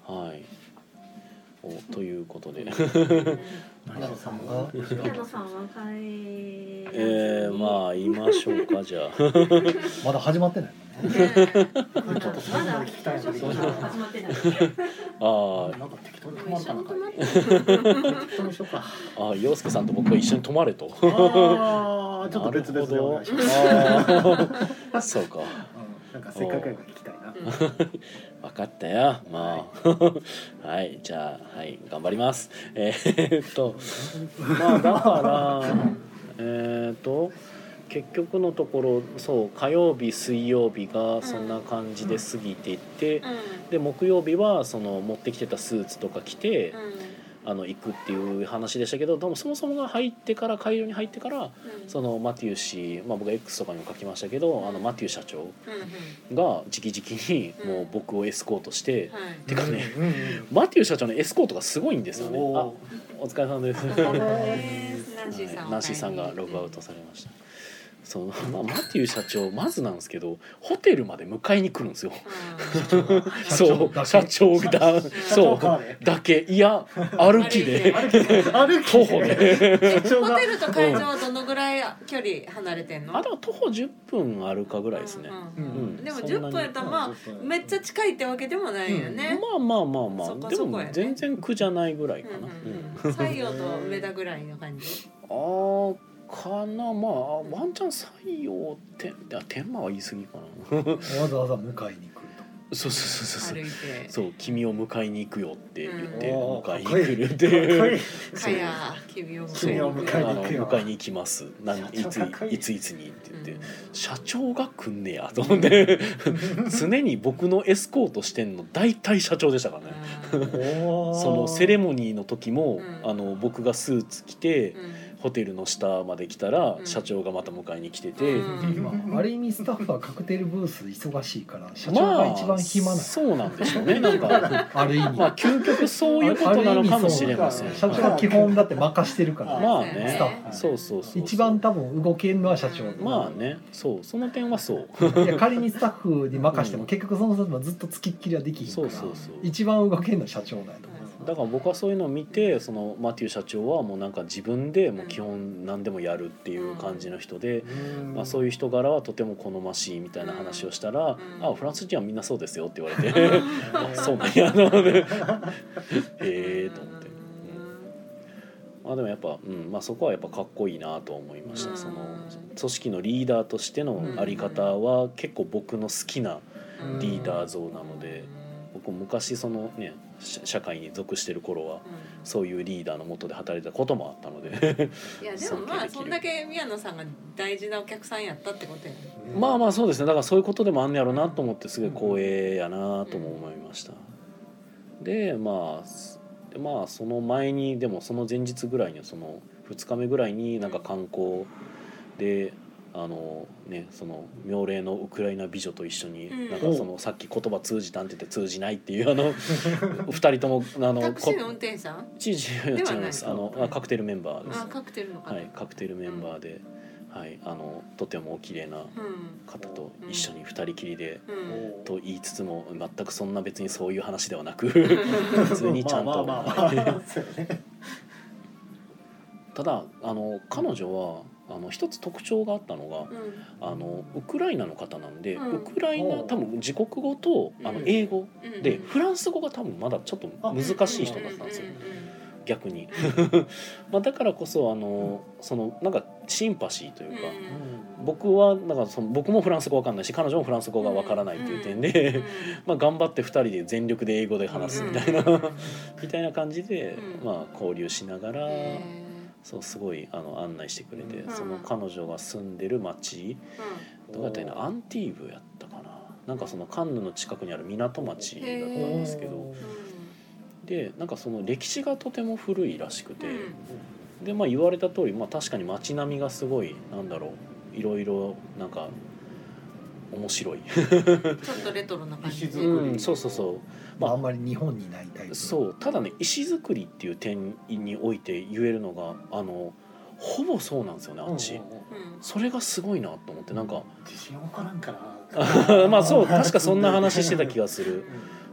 はいおということで宮野さんが宮野さんは帰えー、まあ言いましょうかじゃあまだ始まってないもんね。 ねちょっとそまだのまま聞きたいな。 始まってない。 あなんか適当に止まったのか。適当にしようか。 あ陽介さんと僕が一緒に泊まれとああ、ちょっと別々でお願いします。 あそうかなんかせっかくやから聞きたいな。 分かったよまあはいじゃあはい頑張りますえー、っとまあだからえー、っと結局のところそう火曜日水曜日がそんな感じで過ぎていって、 うんで木曜日はその持ってきてたスーツとか着て、 うんあの行くっていう話でしたけど、でもそもそもが入ってから会場に入ってからうんそのマティウ氏、まあ、僕は X とかにも書きましたけど、あのマティウ社長うんうんが直々にもう僕をエスコートして、 はいてかね、 うんうんマティウ社長のエスコートがすごいんですよね。 おーあお疲れ様です。 お疲れ様ですナンシーさんはいナンシーさんがログアウトされました。そのまあ、マティウ社長まずなんですけどホテルまで迎えに来るんですよ。そう社長だそうだけいや歩きで歩き徒歩でえホテルと会場はどのぐらい距離離れてんの？ あでも徒歩じゅっぷんあるかぐらいですね。 うんうんうんでもじゅっぷんやったらまあめっちゃ近いってわけでもないよね。 まあまあまあまそこあでもそこやね全然苦じゃないぐらいかな。 うんうんうんうん採用と梅田ぐらいの感じ。 あーかなまあワンチャン採用っていや天満は言い過ぎかな。 わざわざ迎えに来るそうそうそうそう歩いて。 そう君を迎えに行くよって言ってうん迎えに来るっていうかや君をそう君を迎えにあの行くよ迎えに行きますなんいつ社長かっこいいいついつにって言って、 うん社長が来んねやと思って常に僕のエスコートしてんの大体社長でしたからね。 と。 そのセレモニーの時も、 うんあの僕がスーツ着て、 うんホテルの下まで来たら、 うん社長がまた迎えに来てて、 うんまあ、ある意味スタッフはカクテルブース忙しいから社長が一番暇なまあ、そうなんでしょうねなんかある意味まあ究極そういうことなのかもしれません。 社長は基本だって任してるから、 まあスタねッフそうそうそう一番多分動けるのは社長、 まあねそうその点はそういや仮にスタッフに任しても結局その人もずっとつきっきりはできひんから、 そうそうそう一番動けるのは社長なんやと思う。 だから僕はそういうのを見てそのマティウ社長はもうなんか自分でもう基本何でもやるっていう感じの人で、まあ、そういう人柄はとても好ましいみたいな話をしたら「 うんあフランス人はみんなそうですよ」って言われて「あそうなんや」なのでへえと思って。まあ、でもやっぱ、うんまあ、そこはやっぱかっこいいなと思いました。その組織のリーダーとしてのあり方は結構僕の好きなリーダー像なので、僕昔そのね社社会に属してる頃はそういうリーダーの下で働いたこともあったのでいやでもまあそんだけ宮野さんが大事なお客さんやったってことやね。 まあまあそうですねだからそういうことでもあんねやろなと思ってすごい光栄やなとも思いました。でまあでまあその前にでもその前日ぐらいにそのふつかめぐらいになんか観光であのねその妙齢のウクライナ美女と一緒にうんなんかそのさっき言葉通じたんって言って通じないっていうあの二人ともあのタクシーの運転手さん？ 違う違う違いますではないあのあカクテルメンバーですあカクテルの方。 はいカクテルメンバーで、はいあのとてもお綺麗なうん方と一緒に二人きりで、 うん。 と言いつつも全くそんな別にそういう話ではなく普通にちゃんと、 まあまあまあまあそうよね。 ただあの彼女はあの一つ特徴があったのがうんあのウクライナの方なんで、 うんウクライナ多分自国語とあのうん英語うんでフランス語が多分まだちょっと難しい人だったんですようんうん逆にまあだからこそあのそのなんかシンパシーというか、僕はなんかその僕もフランス語わかんないし彼女もフランス語がわからないっていう点で、 うんまあ頑張ってふたりで全力で英語で話すみたいな、 うんみたいな感じで、 うんまあ交流しながら、 へそうすごいあの案内してくれて、 うんその彼女が住んでる町ーどうやったらいいなアンティーブやったかななんかそのカンヌの近くにある港町だったんですけど、 うんでなんかその歴史がとても古いらしくて、 うんでまあ言われた通りまあ確かに街並みがすごいなんだろういろいろなんか面白い、 ちょっとレトロな感じ石造りうん、そうそうそうまあ、あんまり日本にないタイプ。 そうただね石造りっていう点において言えるのがあのほぼそうなんですよねあっち、 うんそれがすごいなと思ってなんか自信わからんから。 まあそう確かそんな話してた気がする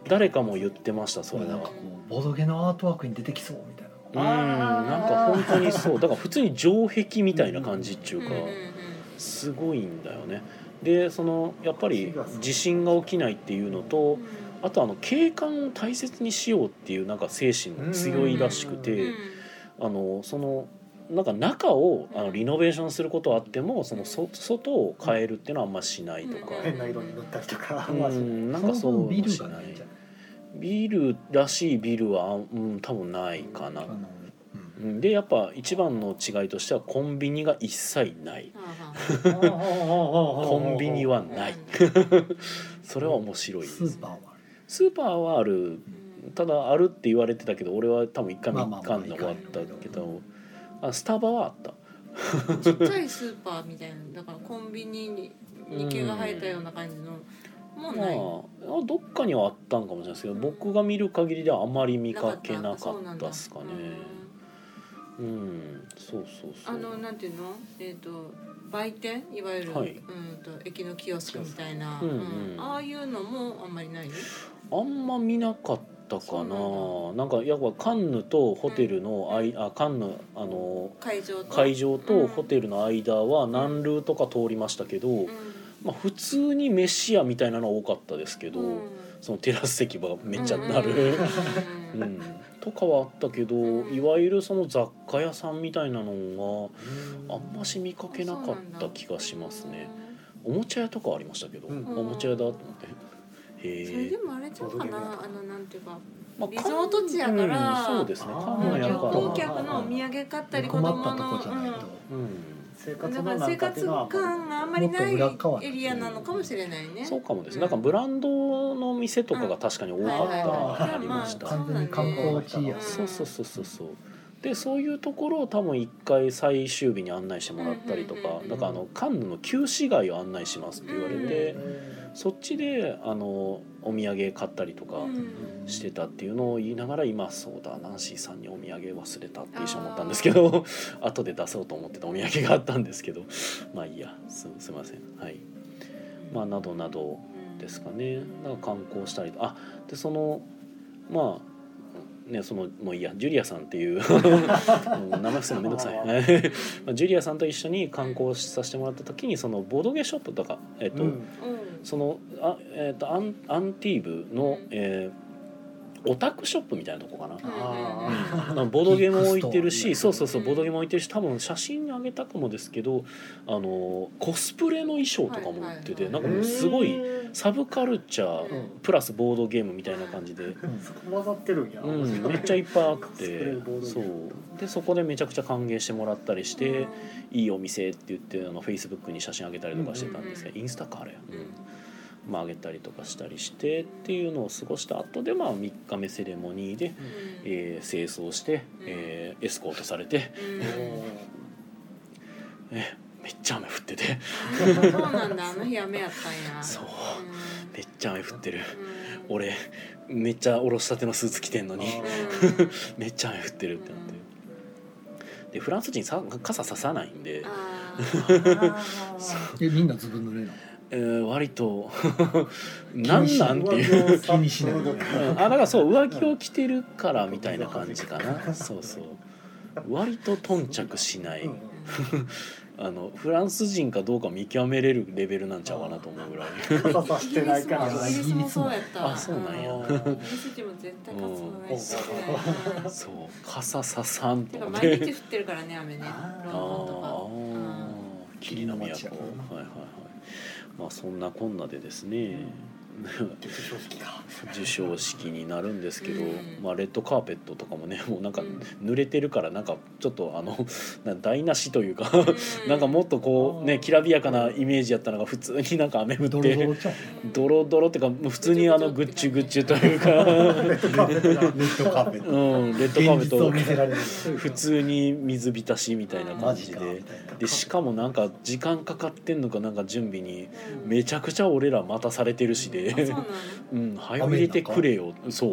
誰かも言ってましたそれは。 なんかこうボドゲのアートワークに出てきそうみたいな。 うんなんか本当にそうだから普通に城壁みたいな感じっていうかすごいんだよね。でそのやっぱり地震が起きないっていうのとあとあの景観を大切にしようっていうなんか精神が強いらしくてあのそのなんか中をあのリノベーションすることはあってもそのそ外を変えるっていうのはあんましないとか、 変な色に塗ったりとか、 うんなんかそうビルしないがないんじゃない。 ビルらしいビルは、うん、多分ないかな。 あのうんでやっぱ一番の違いとしてはコンビニが一切ないコンビニはないそれは面白いです。 スーパーはある。 スーパーはあるただあるって言われてたけど俺は多分一回も行かんで終わったけどあスタバはあったちっちゃいスーパーみたいなだからコンビニにに毛が生えたような感じのもうない、 まあ、どっかにはあったんかもしれないですけど、うん、僕が見る限りではあまり見かけなかったですかね。うん、うん、そうそうそう。 あのなんていうのえっ、ー、と売店いわゆる、はい、うんと駅のキオスクみたいな、うんうん、ああいうのもあんまりない？ あんま見なかったかな。なんなんかやっぱカンヌとホテルのあい、うん、あカンヌあの会場と会場とホテルの間は何ルートか通りましたけど。うんまあ、普通に飯屋みたいなのは多かったですけど、うん、そのテラス席がめっちゃなる、うんうん、とかはあったけど、うん、いわゆるその雑貨屋さんみたいなのがあんまし見かけなかった気がしますね。おもちゃ屋とかありましたけど、うん、おもちゃ屋だと思ってへえ。 それでもあれちゃうかなあのなんていうかまあ、リゾート地やから、 うん、そうですね。 旅行客のお土産買ったり子供の生活の生活感があんまりないエリアなのかもしれないね。 そうかもですね。なんかブランドの店とかが確かに多かったらありました。 完全に観光地や。 そうそうそうそうそう。でそういうところを多分一回最終日に案内してもらったりとか、だからあのカンヌの旧市街を案内しますって言われて、そっちであのお土産買ったりとかしてたっていうのを言いながら今そうだナンシーさんにお土産忘れたって一緒に思ったんですけど後で出そうと思ってたお土産があったんですけどまあいいや す, すいませんはいまあなどなどですかね。なんか観光したりあでそのまあね、そのもういいやジュリアさんっていう名前伏せるのめんどくさいジュリアさんと一緒に観光させてもらった時にそのボードゲーショップとか、えっとうん、そのあ、えっと、アン、アンティーブの、えーオタクショップみたいなとこかな。あ、うん、ボードゲーム置いてるし、そうそうそうボードゲーム置いてるし、多分写真にあげたかもですけど、あのコスプレの衣装とかも売ってて、なんかもうすごいサブカルチャープラスボードゲームみたいな感じで、 そこ混ざってるんや。 うん、めっちゃいっぱいあって、そうでそこでめちゃくちゃ歓迎してもらったりして、いいお店って言ってあのフェイスブックに写真あげたりとかしてたんですけど、インスタかあれ。うんまあ、あげたりとかしたりしてっていうのを過ごした後で、まあ、みっかめセレモニーで、うんえー、清掃して、えー、エスコートされて、うんえめっちゃ雨降っててそうなんだあの日雨やったんやそう、うん、めっちゃ雨降ってる、うん、俺めっちゃおろしたてのスーツ着てんのにめっちゃ雨降ってるってなってでフランス人さ傘ささないんでえみんなずぶ濡れなのえー、割となんなんっていう気にしないあだからそう上着を着てるからみたいな感じかなそうそう割と頓着しないあのフランス人かどうか見極めれるレベルなんちゃうかなと思うぐらい傘さしてないからイギリスもそうやったあそうなんやイギリス人も絶対傘さないしそう傘ささんとか毎日降ってるからね雨ねロンドンとか霧の都はいはいはいまあそんなこんなでですね授賞式か授賞式になるんですけど、 うんまあレッドカーペットとかもねもうなんか濡れてるからなんかちょっとあの台無しというか、うん、なんかもっとこうねきらびやかなイメージやったのが普通になんか雨降ってドロドロってか普通にあのグッチュグッチュというかレッドカーペットうんレッドカーペット普通に水浸しみたいな感じででしかもなんか時間かかってんのかなんか準備にめちゃくちゃ俺ら待たされてるしでうん、早めてくれよそう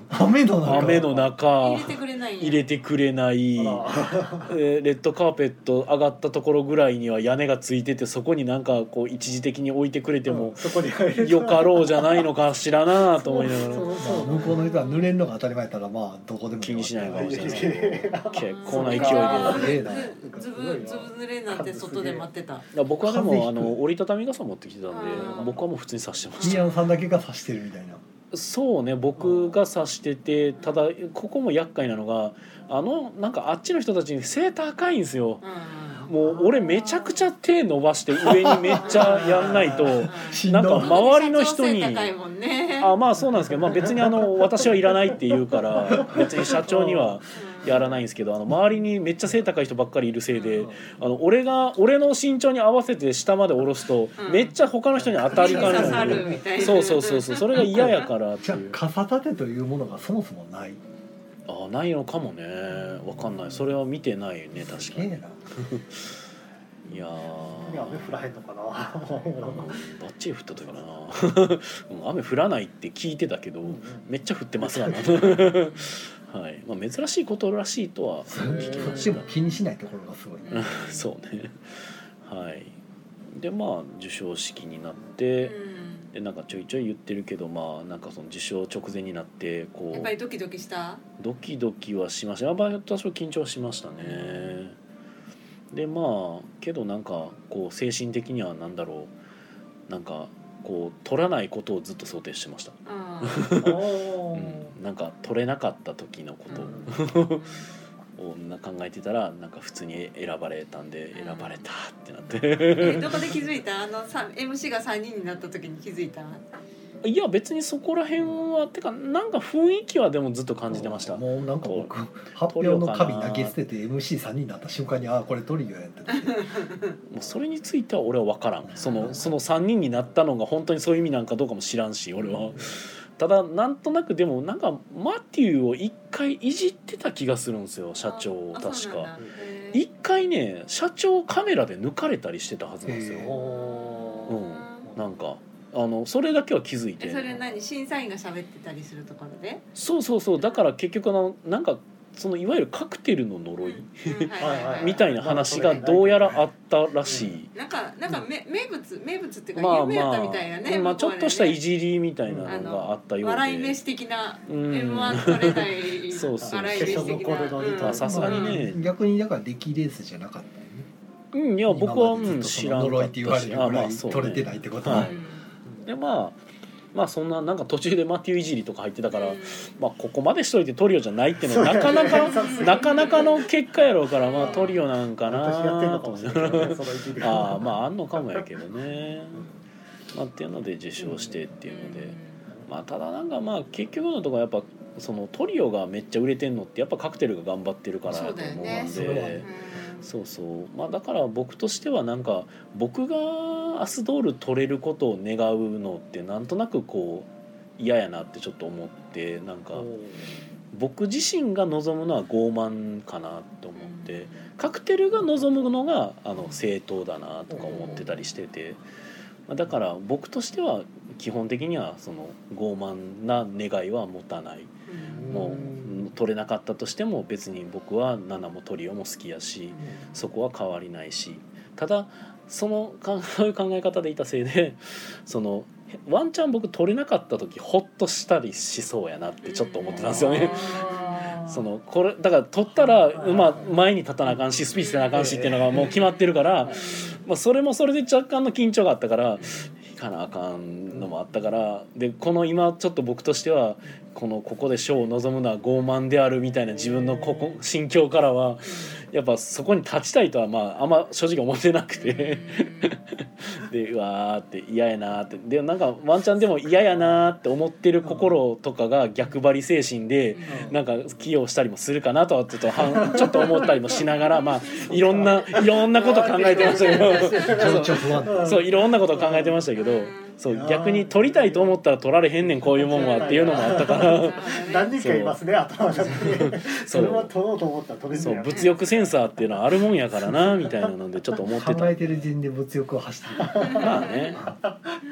雨の中雨の中入れてくれないんや入れてくれない、えーレッドカーペット上がったところぐらいには屋根がついてて、そこになんかこう一時的に置いてくれてもそこに入れよかろうじゃないのかしらなと思いながら、 まあ、向こうの人は濡れるのが当たり前やったらまあどこでも気にしないかもしれないいけど結構な勢いで。 ええなずぶずぶ濡れになって外で待ってた。 いや僕はでもあ風邪ひくの折りたたみ傘持ってきてたんであー僕はもう普通に差してました。 宮野さんだけが差してるみたいな。 そうね、僕が差してて、ただここも厄介なのがあのなんかあっちの人たちに背高いんですよ。 うんもう俺めちゃくちゃ手伸ばして上にめっちゃやんないとなんか周りの人に高いもんね。 あまあそうなんですけど、まあ、別にあの私はいらないって言うから別に社長にはやらないんですけど、あの周りにめっちゃ背高い人ばっかりいるせいで、あの俺が俺の身長に合わせて下まで下ろすとうんめっちゃ他の人に当たりかね刺さないんで、 るみたいな。 そうそうそうそう、それが嫌やからってじゃあいう。 傘立てというものがそもそもない。 あないのかもね、わかんない、それは見てないね確かに。 すげえな。 いやー雨降らへんのかなうんバッチリ降った時かなうん雨降らないって聞いてたけどめっちゃ降ってますがなはい、まあ、珍しいことらしいとは聞きましでも気にしないところがすごい。 たそうね。はいでまあ授賞式になって、 うんでなんかちょいちょい言ってるけど、まあなんかその受賞直前になってこやっぱりうドキドキした。 ドキドキはしました。やっぱり多少緊張しましたね。でまあけどなんかこう精神的にはなんだろう、なんかこう取らないことをずっと想定してました。 うんうん、なんか取れなかった時のことをな考えてたらなんか普通に選ばれたんで、選ばれたってなってえどこで気づいた？あのさ エムシー がさんにんになった時に気づいた？ いや別にそこら辺はてかなんか雰囲気はでもずっと感じてました。 もうなんか僕発表の紙投げ捨てて エムシーさん 人になった瞬間にああこれトリオやっててもうそれについては俺は分からん。そのそのさんにんになったのが本当にそういう意味なんかどうかも知らんし俺は。ただなんとなくでもなんかマティーを一回いじってた気がするんですよ社長をあ確かそうなんだ。へー一回ね社長カメラで抜かれたりしてたはずなんですよ。 へーうんなんかあのそれだけは気づいて。 えそれ何審査員が喋ってたりするところで？ そうそうそう、だから結局あのなんかそのいわゆるカクテルの呪いうんはいはいはいみたいな話がどうやらあったらしい。 なんかなんかめ名物名物っていうかまあ有名やったまみたいなね。 あ、まあちょっとしたいじじりみたいなのがあったようで。 笑い飯的なうんエムワン 取れないそうそう笑い飯的な。うんあさすがにね逆にだから出来レースじゃなかったよね。 うんいや僕は、うん、 今までずっとそ知らんかっの呪いって言わたし、あれるぐらいまあそう取れてね。 ないってことははいでまあまあそんななんか途中でマティウいじりとか入ってたから、 うんまあここまでしといてトリオじゃないっていうのはなかなかなかなかの結果やろうからまあトリオなんかな私やってんのかとも思ってしれないねそのいじりああまああんのかもやけどね、まあ、っていうので受賞してっていうので、まあただなんかまあ結局のところやっぱそのトリオがめっちゃ売れてんのってやっぱカクテルが頑張ってるからだと思うんそうだよねそれはでねそうそうまあだから僕としてはなんか僕がアスドール取れることを願うのってなんとなくこう嫌やなってちょっと思ってなんか僕自身が望むのは傲慢かなと思ってカクテルが望むのがあの正当だなとか思ってたりしててだから僕としては基本的にはその傲慢な願いは持たないもう取れなかったとしても別に僕はナナもトリオも好きやしそこは変わりないしただそのそういう考え方でいたせいでそのワンチャン僕取れなかった時ホッとしたりしそうやなってちょっと思ってたんですよね。そのこれだから取ったら、まあ、前に立たなあかんしスピーチせなあかんしっていうのがもう決まってるから、まあ、それもそれで若干の緊張があったから引かなあかんのもあったからでこの今ちょっと僕としてはこのここで賞を望むのは傲慢であるみたいな自分のここ心境からはやっぱそこに立ちたいとはまああんま正直思ってなくてでうわーって嫌やなーってでなんかワンチャンでも嫌やなーって思ってる心とかが逆張り精神でなんか寄与したりもするかなとはちょっとはんちょっと思ったりもしながらまあいろんないろんなこと考えてましたけど情緒不安そういろんなこと考えてましたけどそう逆に取りたいと思ったら取られへんねんこういうもんはっていうのもあったから何人かいますね頭の中にそれは取ろうと思ったら取れそうるんだよね物欲センサーっていうのはあるもんやからなみたいなのでちょっと思ってた考えてる時点で物欲を走ってる。 まあねい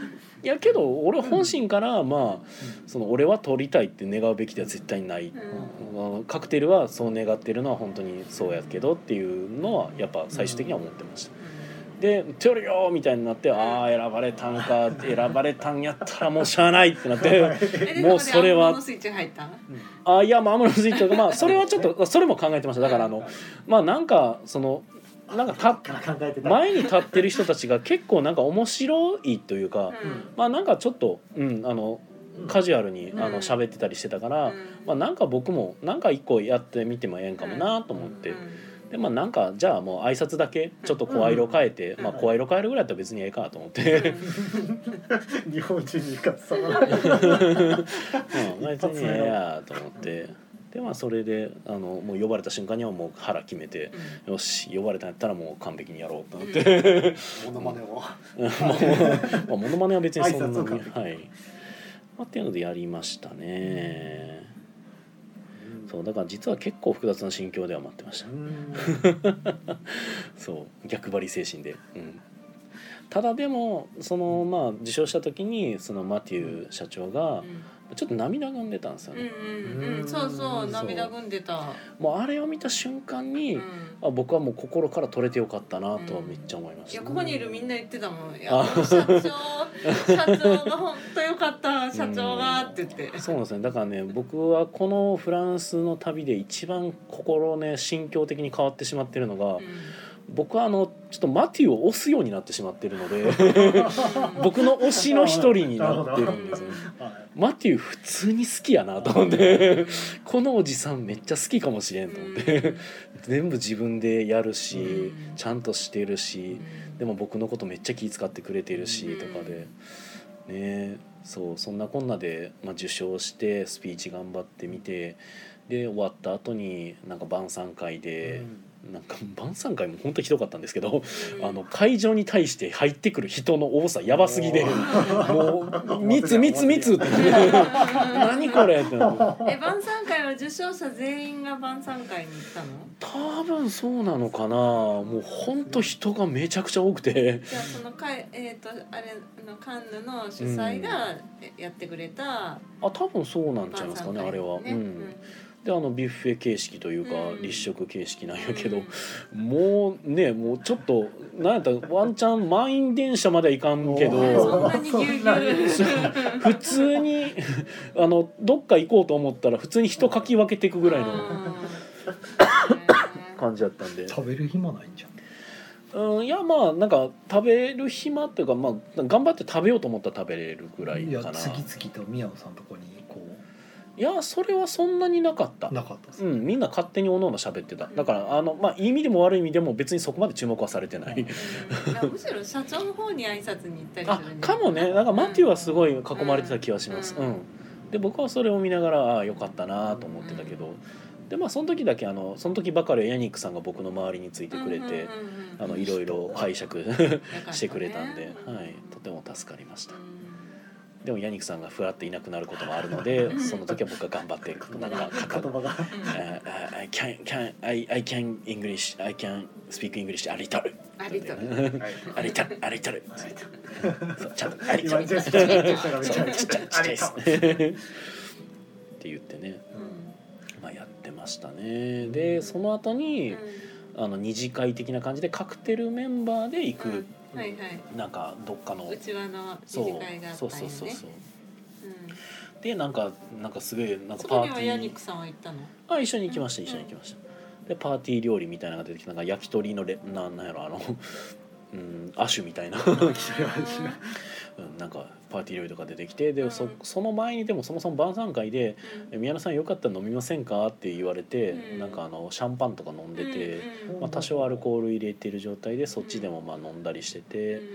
いやけど俺本心からまあその俺は取りたいって願うべきでは絶対ない、うん、カクテルはそう願ってるのは本当にそうやけどっていうのはやっぱ最終的には思ってました。で取るよみたいになってああ選ばれたんか選ばれたんやったらもうしゃあないってなってもうそれはあいやまあアムロのスイッチとかまあそれはちょっとそれも考えてました。だからあのまあなんかそのなんか前に立ってる人たちが結構なんか面白いというか、うん、まあなんかちょっと、うん、あのカジュアルにあの喋ってたりしてたから、うん、まあなんか僕もなんか一個やってみてもええんかもなと思って、でまあなんかじゃあもう挨拶だけちょっと声色変えて、うん、まあ声色変えるぐらいだったら別にええかと思って日本人にかさらない別にええやと思って。でまあそれであのもう呼ばれた瞬間にはもう腹決めて、うん、よし呼ばれたんやったらもう完璧にやろうと思ってモノマネをまあモノマネは別にそんなにはい、まあ、っていうのでやりましたね、うん、そうだから実は結構複雑な心境では待ってました、うん、そう逆張り精神で、うん、ただでもそのまあ受賞した時にそのマティー社長が、うんちょっと涙ぐんでたんですよね。 うんうんうん、そうそう涙ぐんでた。 もうあれを見た瞬間に、うん、あ僕はもう心から取れてよかったなとはめっちゃ思いました。 うん、いやここにいるみんな言ってたもん。いや社長社長が本当よかった社長がって言って。 そうなんですね。だからね僕はこのフランスの旅で一番心ね心境的に変わってしまってるのが。うん僕はあのちょっとマティを推すようになってしまってるので僕の推しの一人になってるんですよ、ね、マティ普通に好きやなと思ってこのおじさんめっちゃ好きかもしれんと思って全部自分でやるしちゃんとしてるしでも僕のことめっちゃ気遣ってくれてるしとかでねそうそんなこんなで、まあ、受賞してスピーチ頑張ってみてで終わった後になんか晩餐会で、うん、なんか晩餐会も本当ひどかったんですけど、うん、あの会場に対して入ってくる人の多さやばすぎでもう密密密って何これってえ晩餐会は受賞者全員が晩餐会に行ったの？多分そうなのかな。もう本当人がめちゃくちゃ多くてじゃあそのかい、えー、とあれのカンヌの主催がやってくれた、うん、あ多分そうなんちゃいますかねあれは、ねうんうんであのビュッフェ形式というか、うん、立食形式なんやけど、うん、もうねもうちょっとなんやったらワンチャン満員電車まではいかんけどそんなにぎゅうぎゅう普通にあのどっか行こうと思ったら普通に人かき分けていくぐらいの感じだったんで食べる暇ないんじゃん。 うん、いやまあなんか食べる暇っていうか、まあ、頑張って食べようと思ったら食べれるぐらいかな。いや次々と宮野さんのとこにこういやそれはそんなになかったなかったです、 うん、みんな勝手におのおの喋ってた。だからあの、まあ、いい意味でも悪い意味でも別にそこまで注目はされてない、うん、いやむしろ社長の方に挨拶に行ったりするあかもね。なんかマティはすごい囲まれてた気がします、うんうん、で僕はそれを見ながらああよかったなと思ってたけど、でまあその時だけあのその時ばかりヤニックさんが僕の周りについてくれて、あのいろいろ解釈してくれたんで、はい、とても助かりました。でもヤニックさんがふらっといなくなることもあるのでその時は僕が頑張ってなんか言葉が I can can I I can English I can speak English a little ありとるありとるありとるそうちゃんとありとる今ジェスチャーちっちゃいちっちゃいって言ってね、まあやってましたね。でその後にあの二次会的な感じでカクテルメンバーで行くはいはい、 なんかどっかのうちわの二次会があったよね。そうそうそうそう、 うん、でなんかなんかすごいなんかパーティー。そこにはヤニックさんは行ったの？ あ一緒に行きました一緒に行きました。でパーティー料理みたいなのが出てきてなんか焼き鳥のレなんなんやろあのうん亜種みたいななんかパーティー料理とか出てきてで、うん、そ, その前にでもそもそも晩餐会で、うん、宮野さんよかったら飲みませんかって言われて、うん、なんかあのシャンパンとか飲んでて、うんまあ、多少アルコール入れてる状態でそっちでもまあ飲んだりしてて、うん、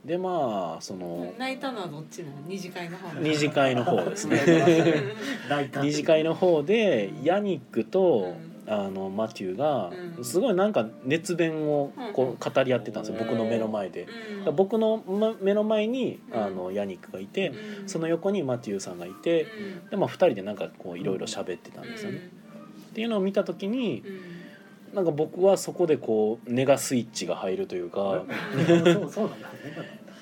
でまあその泣いたのはどっちなの？二次会の方二次会の方ですね二次会の方でヤニックと、うんあのマテューがすごいなんか熱弁をこう語り合ってたんですよ、僕の目の前で。僕の目の前にあのヤニックがいてその横にマテューさんがいてで、まあ、ふたりでなんかこういろいろ喋ってたんですよね。っていうのを見た時になんか僕はそこでこうネガスイッチが入るというか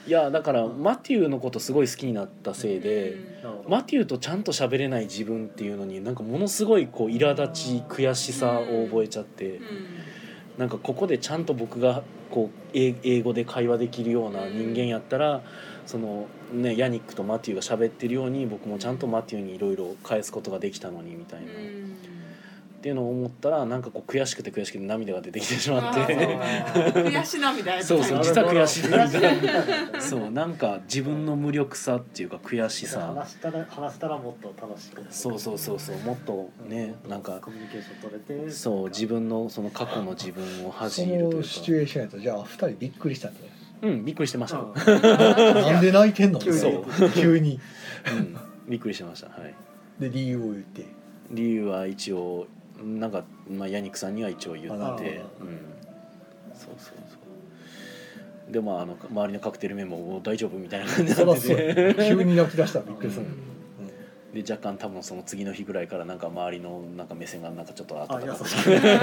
いやだからマテューのことすごい好きになったせいで、 うん、 マテューとちゃんと喋れない自分っていうのになんかものすごいこう苛立ち悔しさを覚えちゃって、 うん、 なんかここでちゃんと僕がこう英語で会話できるような人間やったら、そのねヤニックとマテューが喋ってるように僕もちゃんとマテューにいろいろ返すことができたのにみたいな、 うん、 っていうのを思ったらなんかこう悔しくて悔しくて涙が出てきてしまって悔し涙やったそうそう実は悔し涙いそうなんか自分の無力さっていうか悔しさ話したら話したらもっと楽しくそうそうそうそうもっとねなんかコミュニケーション取れてそう自分のその過去の自分を恥じるというかそのシチュエーションやとじゃあふたりびっくりしたんだね。 うんびっくりしてました、うんなんで泣いてんの急にそう急にびっくりしてました。はいで理由を言って理由は一応なんか、まあ、ヤニックさんには一応言って、うん、そうそうそうでもあの周りのカクテルメンバーも大丈夫みたいな感じになってて急に泣き出したらびっくりする、 うんで若干多分その次の日ぐらいからなんか周りのなんか目線がなんかちょっとあったかった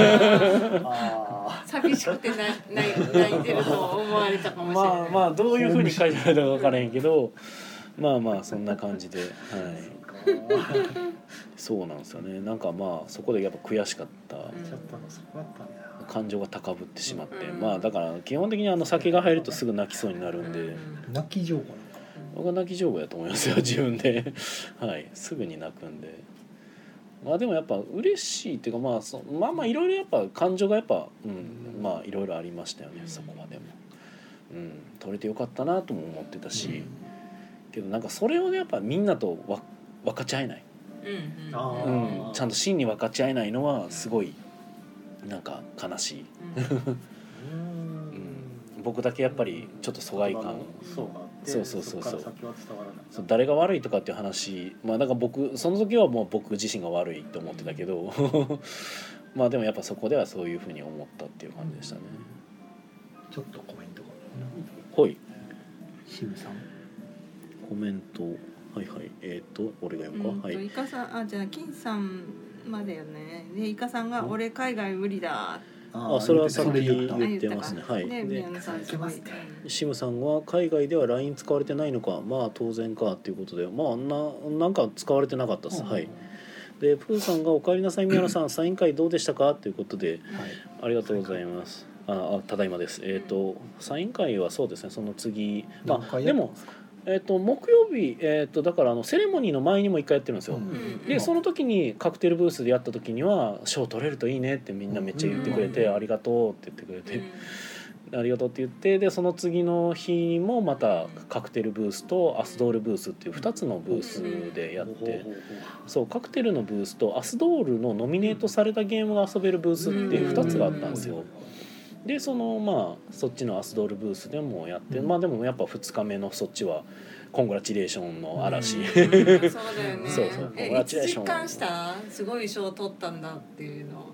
あ寂しくて泣いてると思われたかもしれない。 まあまあどういう風に書いてあるか分からへんけどまあまあそんな感じで、はい、そうなんですよね。なんかまあそこでやっぱ悔しかったちょっとそこだったんだよ感情が高ぶってしまって、 うんまあだから基本的にあの酒が入るとすぐ泣きそうになるんで、 泣き情報僕は泣き上手やと思いますよ自分ではいすぐに泣くんで、まあでもやっぱ嬉しいっていうかまあそまあまあいろいろやっぱ感情がやっぱうんまあいろいろありましたよねそこまでも、うん取れてよかったなとも思ってたし、けどなんかそれをねやっぱみんなとわ分かち合えない、 うんうんあうーん、ちゃんと真に分かち合えないのはすごいなんか悲しい、 うんうん、僕だけやっぱりちょっと疎外感そうがあってそうそうそうそうそっから先は伝わらないそう誰が悪いとかっていう話まあだから僕その時はもう僕自身が悪いと思ってたけどまあでもやっぱそこではそういうふうに思ったっていう感じでしたね。 ちょっとコメントがほいシムさんコメントはいはいえっ、ー、と俺が読むか、 うんとはいイカさんあじゃあ金さんまでよねでイカさんが俺海外無理だあそれはさっき言った言ってますねはいねで宮野さんすごいシムさんは海外では ライン 使われてないのかまあ当然かっていうことでまあななんか使われてなかったです、 うんはいでプーさんがお帰りなさい宮野さんサイン会どうでしたかということではいありがとうございますああただいまですえっ、とサイン会はそうですねその次ま何あでも回やったんですかえっ、と木曜日えっ、とだからあのセレモニーの前にも一回やってるんですよ、 うんでその時にカクテルブースでやった時には賞取れるといいねってみんなめっちゃ言ってくれて、 うんありがとうって言ってくれて、ありがとうって言ってでその次の日にもまたカクテルブースとアスドールブースっていうふたつのブースでやってそうカクテルのブースとアスドールのノミネートされたゲームが遊べるブースっていうふたつがあったんですよ。でそのまあそっちのアスドールブースでもやってまあでもやっぱふつかめのそっちはコングラチュレーションの嵐、 うんそうだよねそうそうえコングラチュレーいつション実感したすごい賞取ったんだっていうの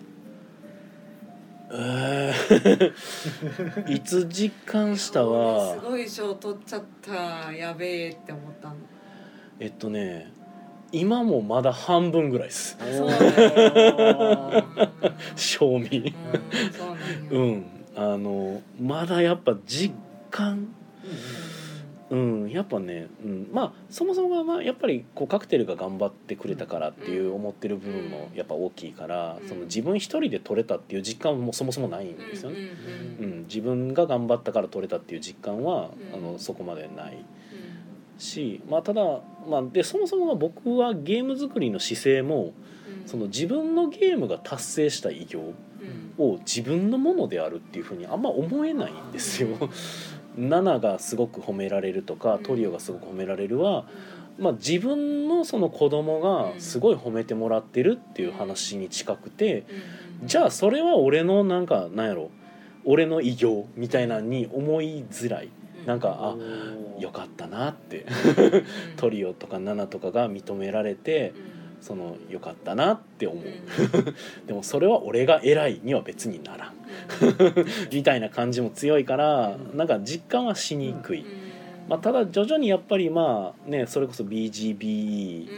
えーいつ実感したはすごい賞取っちゃったやべえって思ったのえっとね今もまだ半分ぐらいですそうだよ賞味うんうんそうなんうよんあのまだやっぱ実感うんやっぱね、うん、まあそもそもまあやっぱりこうカクテルが頑張ってくれたからっていう思ってる部分もやっぱ大きいから、 うんその自分一人で取れたっていう実感もそもそもないんですよね、 うんうんうん、自分が頑張ったから取れたっていう実感は、 うんあのそこまでないし、まあ、ただ、まあ、でそもそも僕はゲーム作りの姿勢もうんその自分のゲームが達成した偉業うんを自分のものであるっていうふうにあんま思えないんですよ。ナナがすごく褒められるとかトリオがすごく褒められるは、まあ、自分のその子供がすごい褒めてもらってるっていう話に近くて、じゃあそれは俺のなんかなんやろ俺の偉業みたいなのに思いづらい。なんかあよかったなってトリオとかナナとかが認められてそのよかったなって思うでもそれは俺が偉いには別にならんみたいな感じも強いからなんか実感はしにくい、まあ、ただ徐々にやっぱりまあねそれこそ ビージービーイー 、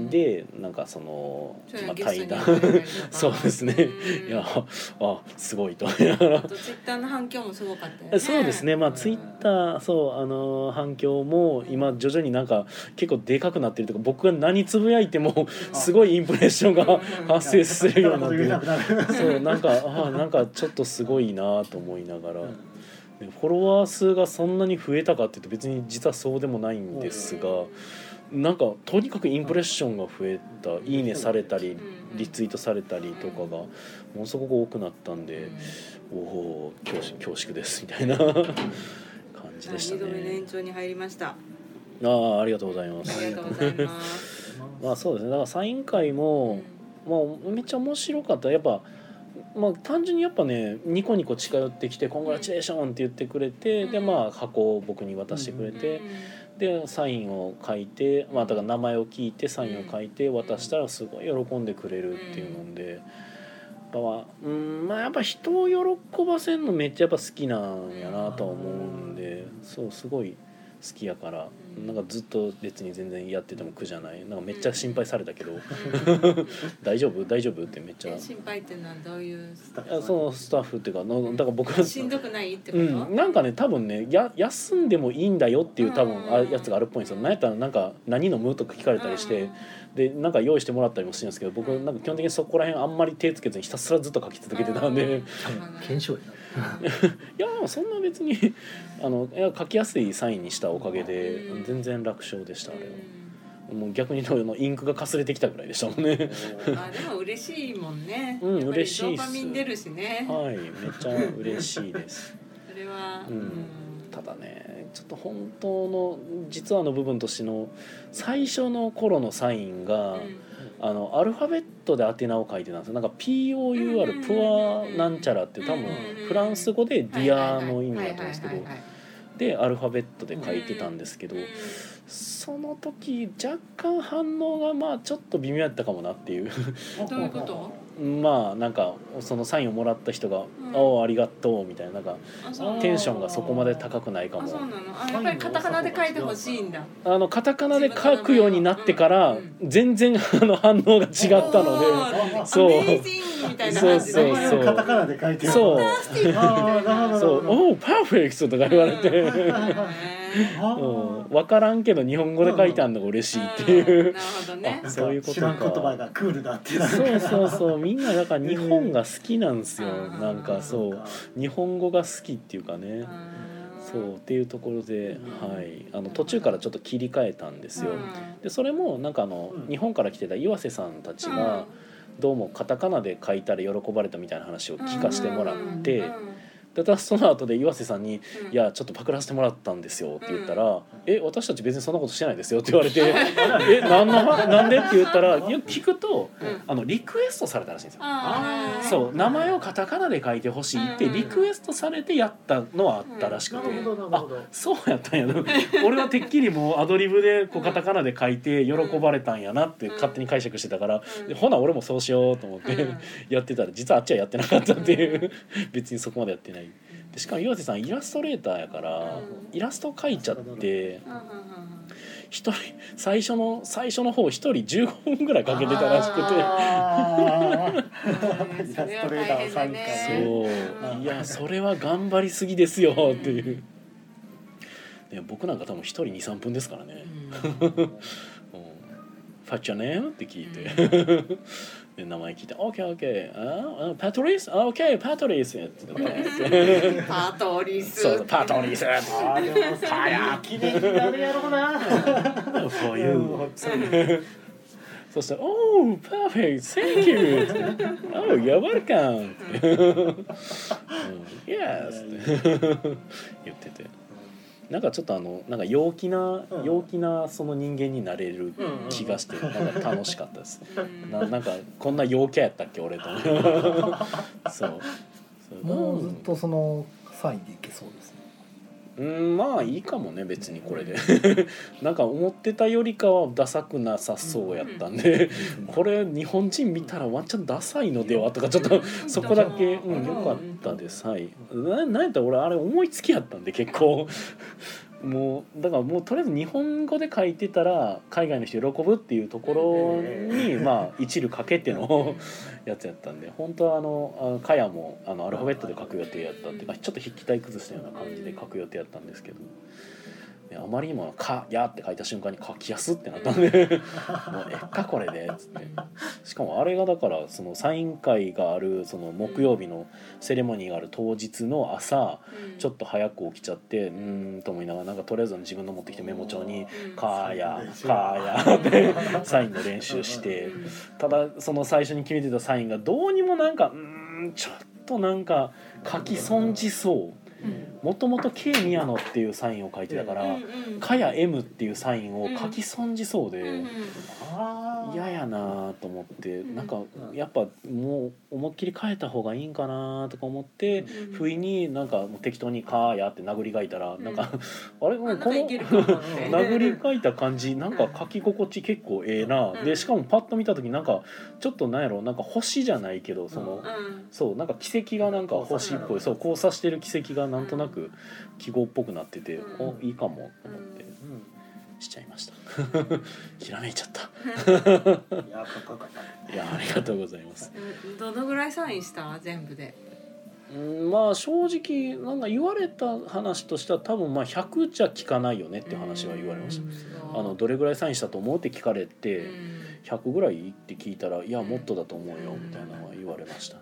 でなんかそのまあ対談そうですね、いやあすごいとツイッターの反響もすごかったよね。 そうですね、まあツイッターそうあの反響も今徐々になんか結構でかくなってるとか、僕が何つぶやいてもすごいインプレッションが発生するようになってそうなんかあなんかちょっとすごいなと思いながら、でフォロワー数がそんなに増えたかっていうと別に実はそうでもないんですが、なんかとにかくインプレッションが増えた、いいねされたりリツイートされたりとかがものすごく多くなったんで、おお恐縮恐縮ですみたいな感じでしたね。 にどめの延長に入りました。 ああありがとうございます。 ありがとうございます。 まあそうですね、だからサイン会も、まあ、めっちゃ面白かった。やっぱまあ、単純にやっぱねニコニコ近寄ってきて「コングラチュレーション」って言ってくれて、うん、でまあ箱を僕に渡してくれて、うん、でサインを書いて、まあ、だから名前を聞いてサインを書いて渡したらすごい喜んでくれるっていうので、やっぱ、うんまあ、やっぱ人を喜ばせるのめっちゃやっぱ好きなんやなとは思うんで、そうすごい好きやから。なんかずっと別に全然やってても苦じゃない。なんかめっちゃ心配されたけど、うん、大丈夫大丈夫ってめっちゃ心配ってのはどういうスタッフ？そのスタッフっていうか、だから僕しんどくないってこと？ うん、なんかね多分ねや休んでもいいんだよっていう多分あやつがあるっぽいんですよ。なんやったらなんか何飲むとか聞かれたりして、でなんか用意してもらったりもしてるんですけど、僕なんか基本的にそこら辺あんまり手つけずにひたすらずっと書き続けてたんで、 検証やな。 いやでもそんな別にあのいや書きやすいサインにしたおかげで全然楽勝でした。あれはもう逆にのインクがかすれてきたぐらいでしたもんね。 あでも嬉しいもんね。 うん、嬉しいっす。 ドーパミン出るしね。 はい、めっちゃ嬉しいです。 それは、 うん、ただねちょっと本当の実話の部分としての最初の頃のサインが、うん、あのアルファベットで宛名を書いてたんですよ。なんか ピーオーユーアール プアなんちゃらって多分フランス語でディアの意味だったんですけど、でアルファベットで書いてたんですけど、その時若干反応がまあちょっと微妙やったかもなっていう。 どういうこと？ まあなんかそのサインをもらった人が「うん、おありがとう」みたいな、なんかテンションがそこまで高くないかも。 あそうなの。あやっぱりカタカナで書いてほしいんだ。 あのカタカナで書くようになってから全然あの反応が違ったので、そうそうそうそうカタカナで書いてる。 そうそうおおパーフェクトとか言われて、うん分からんけど日本語で書いてあるのが嬉しいっていう、 なるほどね。 そういうことか。 知らん言葉がクールだってなる。 そうそうそうみんなだから日本が好きなんですよ。なんかそう日本語が好きっていうかね。そうっていうところで、はい、あの途中からちょっと切り替えたんですよ。でそれもなんかあの日本から来てた岩瀬さんたちがどうもカタカナで書いたら喜ばれたみたいな話を聞かせてもらって、で私その後で岩瀬さんに「いやちょっとパクらせてもらったんですよ」って言ったら「え私たち別にそんなことしてないですよ」って言われて「えなんのなんで?」って言ったらよく聞くとあのリクエストされたらしいんですよ。そう名前をカタカナで書いてほしいってリクエストされてやったのはあったらしくて、あそうやったんやな俺はてっきりもうアドリブでこうカタカナで書いて喜ばれたんやなって勝手に解釈してたから、ほな俺もそうしようと思ってやってたら実はあっちはやってなかったっていう別にそこまでやってない。でしかも岩瀬さんイラストレーターやからイラスト描いちゃって一人最初の最初の方一人じゅうごふんぐらいかけてたらしくてイラストレーターを参加。 そういやそれは頑張りすぎですよっていうで僕なんか多分一人 にさんぷんですからねファッチャネーって聞いてで名前聞いて オーケーオーケー あパトリス オーケーパトリスって言ってパトリスそうパトリスあでもさや記念になるやろうなそういうそしたら Oh perfect thank you Oh you're welcome Yes って言っててなんかちょっとあのなんか陽気な、うん、陽気なその人間になれる気がして、うん、なんか楽しかったです、うん、な, なんかこんな陽キャやったっけ俺とそうもうずっとそのサインでいけそうですね。 うんまあいいかもね別にこれでなんか思ってたよりかはダサくなさそうやったんで、うん、これ日本人見たらワンチャンダサいのではとかちょっとそこだけうん良かったです。はいななんやったら俺あれ思いつきやったんで結構もうだからもうとりあえず日本語で書いてたら海外の人喜ぶっていうところにまあ一縷かけてのやつやったんで、本当はあのカヤもあのアルファベットで書く予定やったっていうか、ちょっと筆記体崩したような感じで書く予定やったんですけど、あまりにも「かや」って書いた瞬間に書きやすってなったんでもう「えっかこれで」っつって。しかもあれがだからそのサイン会があるその木曜日のセレモニーがある当日の朝ちょっと早く起きちゃってうーんと思いながら、なんかとりあえず自分の持ってきたメモ帳に「かやかや」ってサインの練習して、ただその最初に決めてたサインがどうにもなんかうーんちょっとなんか書き損じそう。もともと K 宮野っていうサインを書いてたから、かや M っていうサインを書き損じそうで嫌やなと思って、なんかやっぱもう思いっきり変えた方がいいんかなとか思って、不意になんか適当に「かや」って殴り書いたら、なんかあれもうこの殴り書いた感じなんか書き心地結構ええな。でしかもパッと見た時なんかちょっとなんやろ、なんか星じゃないけどそのそうなんか奇跡がなんか星っぽい、そう交差してる奇跡がなんとなく記号っぽくなってて、おいいかもと思って、うん、しちゃいましたひらめいちゃったいやかっこよかったいやありがとうございます。 どのぐらいサインした全部で？ うん、まあ正直なんか言われた話としては多分まあひゃくじゃ聞かないよねって話は言われました。あのどれぐらいサインしたと思うって聞かれてひゃくぐらいって聞いたらいやもっとだと思うよみたいなのは言われました。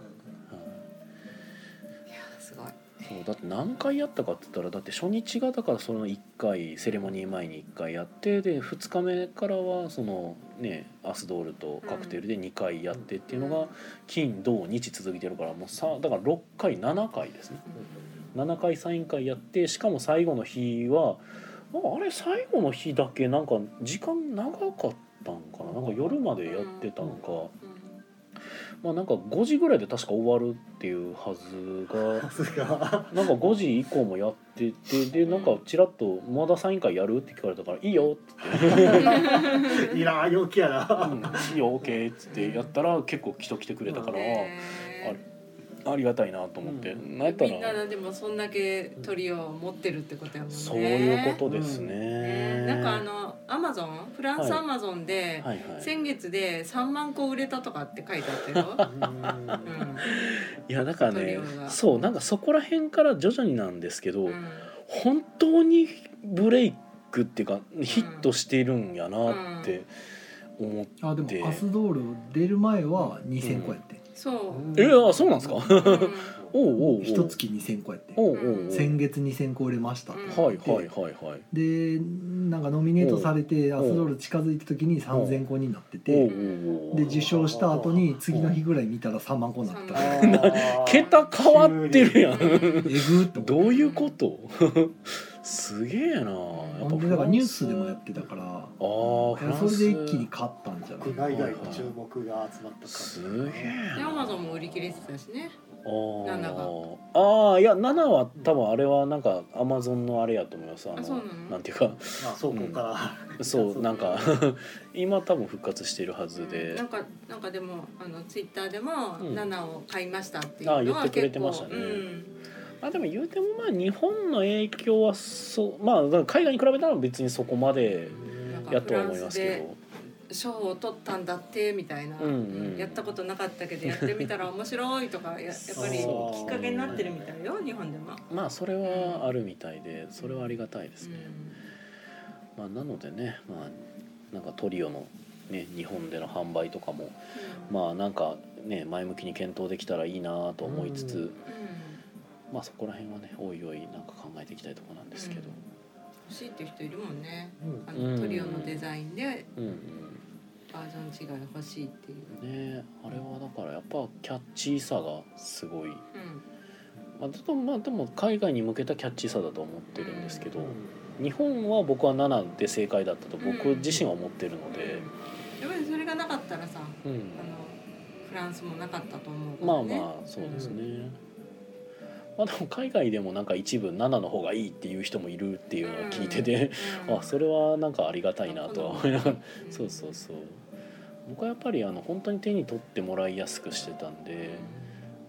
そうだって何回やったかって言ったら、だって初日がだからそのいっかいセレモニー前にいっかいやって、でふつかめからはそのねアスドールとカクテルでにかいやってっていうのが金土日続いてるから、もうさだからろっかいななかいですね。ななかいサイン会やって、しかも最後の日はあれ最後の日だけなんか時間長かったんかな、なんか夜までやってたのか。まあ、なんかごじぐらいで確か終わるっていうはずがなんかごじ以降もやってて、でなんかちらっと「まだサイン会やる?」って聞かれたから「いいよ」っていいな陽気やな、 うん「いいよ OK」っつってやったら結構人来てくれたから、あありがたいなと思って、うん、なんやったらみんなでもそんだけ鳥を持ってるってことやもんね。 そういうことですね、 ね、なんかあのアマゾンフランスアマゾンで、はいはいはい、先月でさんまんこ売れたとかって書いてあったようん、 いやだからねそうなんかそこら辺から徐々になんですけど、うん、本当にブレイクっていうかヒットしているんやなって思って、うん、 あでもアスドール出る前はにせんこやって、うんそうえー、あそうなんですか、うん、おうおう一月にせんこやって、 おうおうおう先月にせんこ売れましたって、 はいはいはいはいでなんかノミネートされてアスドール近づいた時にさんぜんこになってて、で受賞した後に次の日ぐらい見たらさんまんこになった桁変わってるやんえぐっとどういうことすげえな。 やっぱだからニュースでもやってたから、あそれで一気に勝ったんじゃない。 国内外の注目が集まった感じ。 すげえ。 でアマゾンも売り切れてたしね。 なながああいやななは多分あれはなんかアマゾンのあれやと思います。あのあそうなのなんていうか、 まあそこから、 うん、そうなんか今多分復活しているはずで、 うん、なんかなんかでもあのツイッターでもななを買いましたっていうのは結構、 うん、あ言ってくれてましたね。 うんあでも言うてもまあ日本の影響はそうまあ海外に比べたら別にそこまでやとは思いますけど。 賞を取ったんだってみたいな、うんうん、やったことなかったけどやってみたら面白いとか や, やっぱりきっかけになってるみたいよ日本でも。 まあそれはあるみたいでそれはありがたいですね。うん、まあなのでねまあなんかトリオのね日本での販売とかも、うん、まあなんかね前向きに検討できたらいいなと思いつつ。うんうんまあそこら辺はねおいおいなんか考えていきたいところなんですけど、うん、 欲しいっていう人いるもんね、うん、あのトリオのデザインで、うんうん、バージョン違い欲しいっていうね。あれはだからやっぱキャッチーさがすごい、うんまあ、でもまあでも海外に向けたキャッチーさだと思ってるんですけど、うん、日本は僕はななで正解だったと僕自身は思ってるので、 やっぱりそれがなかったらさ、うん、あのフランスもなかったと思うからね。 まあまあそうですね、うんまあ、でも海外でもなんか一部ななの方がいいっていう人もいるっていうのを聞いてて、うん、あそれはなんかありがたいなとは思いながら、うん、そうそうそう僕はやっぱりあの本当に手に取ってもらいやすくしてたんで、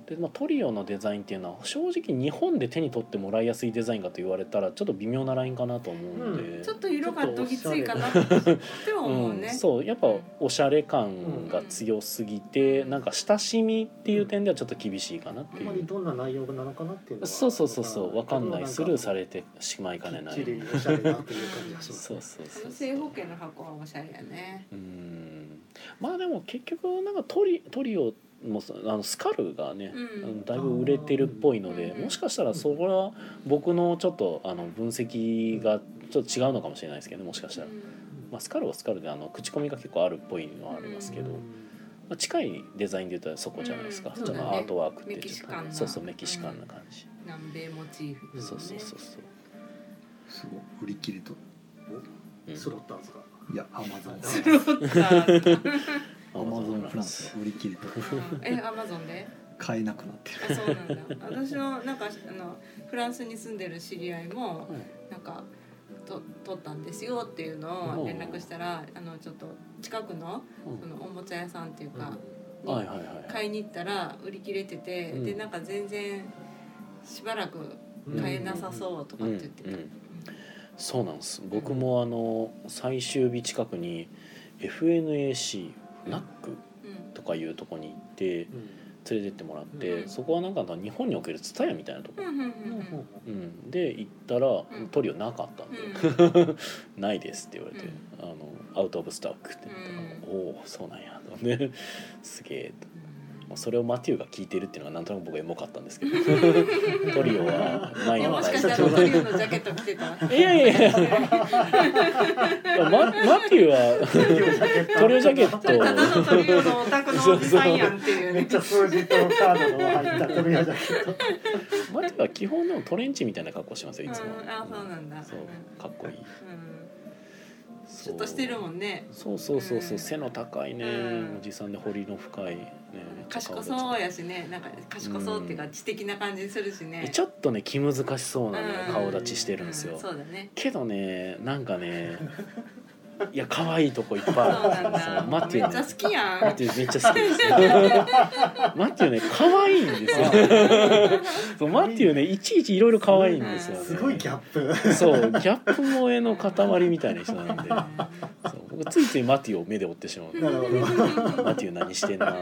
で、まあ、トリオのデザインっていうのは正直日本で手に取ってもらいやすいデザインかと言われたらちょっと微妙なラインかなと思うので、 うん、ちょっと色がどぎついかなって思うね、 うん、そうやっぱおしゃれ感が強すぎて、うん、なんか親しみっていう点ではちょっと厳しいかなっていう、 あんまりどんな内容なのかなっていうのはそうそうそうそう分かんないスルーされてしまいかねない、 きっちりおしゃれなっていう感じがします、 そうそうそうそう正方形の箱はおしゃれやね。 うんまあでも結局なんかトリトリオもあのスカルがね、うん、だいぶ売れてるっぽいので、 うん、 もしかしたらそこは僕のちょっとあの分析がちょっと違うのかもしれないですけど、もしかしたら、うんまあ、スカルはスカルであの口コミが結構あるっぽいのはありますけど、うんまあ、近いデザインで言ったらそこじゃないですか、うん、そのアートワークってメキシカンなそうそうメキシカンな感じ、 うん、南米モチーフ、ね、 そうそうそうそうすごい売り切れと、 うん、スロッターズがいやアマゾンスロッターズアマゾンフランス売り切れとえアマゾンで買えなくなってる。 あそうなんだ。私のなんかあのフランスに住んでる知り合いも、うん、なんかと取ったんですよっていうのを連絡したら、あのちょっと近くの、うん、そのおもちゃ屋さんっていうか、うん、に買いに行ったら売り切れてて、うん、でなんか全然しばらく買えなさそうとかって言ってた。うんうんうん、 そうなんです。僕もあの最終日近くに エフエヌエーシーナックとかいうとこに行って連れてってもらって、うん、そこはなんか日本におけるツタヤみたいなとこ、うんうん、で行ったらトリオなかったんで、うん、ないですって言われて、うん、あのアウトオブストックって言ったら、うん、おおそうなんやとねすげえと。それをマティウが聞いてるっていうのがなんとなく僕はエモかったんですけどトリオはないのもしかしたらトリオのジャケット着てたいやいやいやマ, マティウはトリオジャケットただのトリオのオタクのおじさんやんっていう、ね、 めっちゃ数字とカードの入ったトリオジャケットマティウは基本のトレンチみたいな格好してますよいつも、 うん、あそうなんだそうかっこいい、うんシュッとしてるもんね。 そうそうそうそう、うん、背の高いね、うん、おじさんで彫りの深いね。 賢そうやしね、なんか賢そうっていうか知的な感じするしね。 ちょっとね気難しそうな、ねうん、顔立ちしてるんですよ、 うんうん、そうだね。 けどねなんかねいや可愛いとこいっぱいあるんですよ。マティウ、ね、 めっちゃ好きやん。 マティウめっちゃ好きですマティウね可愛いんですよそうマティウねいちいちいろいろ可愛いんですよ、ね、 すごいギャップそうギャップ萌えの塊みたいな人なんでそう僕ついついマティウを目で追ってしまう。なるほどマティウ何してんな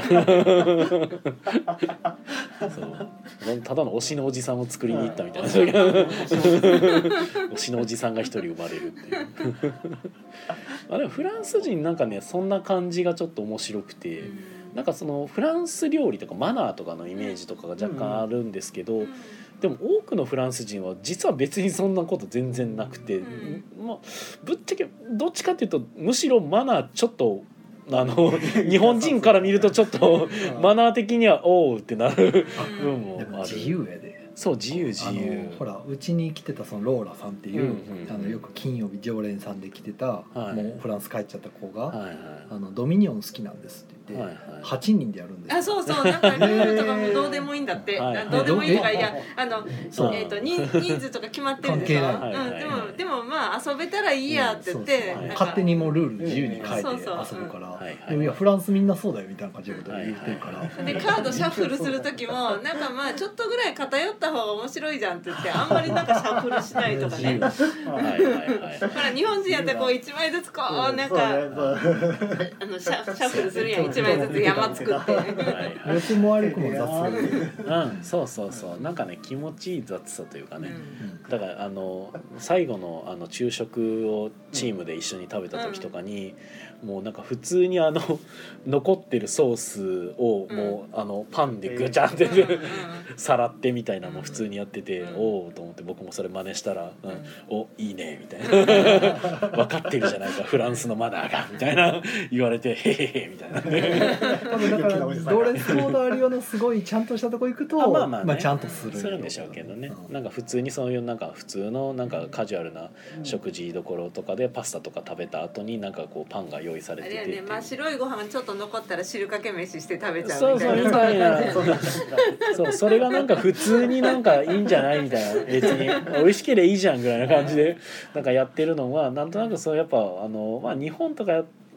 そうただの推しのおじさんを作りに行ったみたいな推しのおじさんが一人生まれるっていうあでもフランス人なんかねそんな感じがちょっと面白くて、うん、なんかそのフランス料理とかマナーとかのイメージとかが若干あるんですけど、うん、でも多くのフランス人は実は別にそんなこと全然なくて、うんまあ、ぶっちゃけどっちかっていうとむしろマナーちょっとあの日本人から見るとちょっとマナー的にはおうってなる部分もある。 自由やで。 そう自由自由。 ほらうちに来てたそのローラさんっていう、うんうん、あのよく金曜日常連さんで来てた、はい、もうフランス帰っちゃった子が、はいはい、あのドミニオン好きなんですって言って、はいはい、はちにんでやるんですよ。 あそうそうなんかルールとかもどうでもいいんだって、はい、どうでもいいとかいやあの、えー、と 人, 人数とか決まってるでしょ。関係ない、うん、でもでもまあ遊べたらいいやって言って、 うん、勝手にもうルール自由に変えて遊ぶから、いやフランスみんなそうだよみたいな感じのこと言ってるから、はいはい、 でカードシャッフルする時もなんかまあちょっとぐらい偏った方が面白いじゃんって言ってあんまりなんかシャッフルしないとかねはいはいはい、ほら日本人やったらこういちまいずつこうなんかあのシャッフルするやんいちまいずつ山作って良くも悪くも雑うんそうそうそうなんかね気持ちいい雑さというかね、うん、だからあの最後のあの昼食をチームで一緒に食べた時とかに、うん、もうなんか普通にあの残ってるソースをもう、うん、あのパンでぐちゃってさらってみたいなの普通にやってて、うん、おおと思って僕もそれ真似したら、うん、おいいねみたいな分かってるじゃないかフランスのマナーがみたいな言われてへへへみたいな多分だからドレスコードあるようなすごいちゃんとしたとこ行くとあまあまあ、ねまあ、ちゃんとするするんでしょうけどね、うん、なんか普通にそういうなんか普通のなんかカジュアルな食事どころとかでパスタとか食べた後になんかこうパンが用意されてて、 あれやね、まあ、白いご飯ちょっと残ったら汁かけ飯して食べちゃうみたいな、そうそうみたいなそうそれがなんか普通になんかいいんじゃないみたいな別に美味しければいいじゃんぐらいな感じでなんかやってるのはなんとなくそうやっぱあの、まあ、日本とか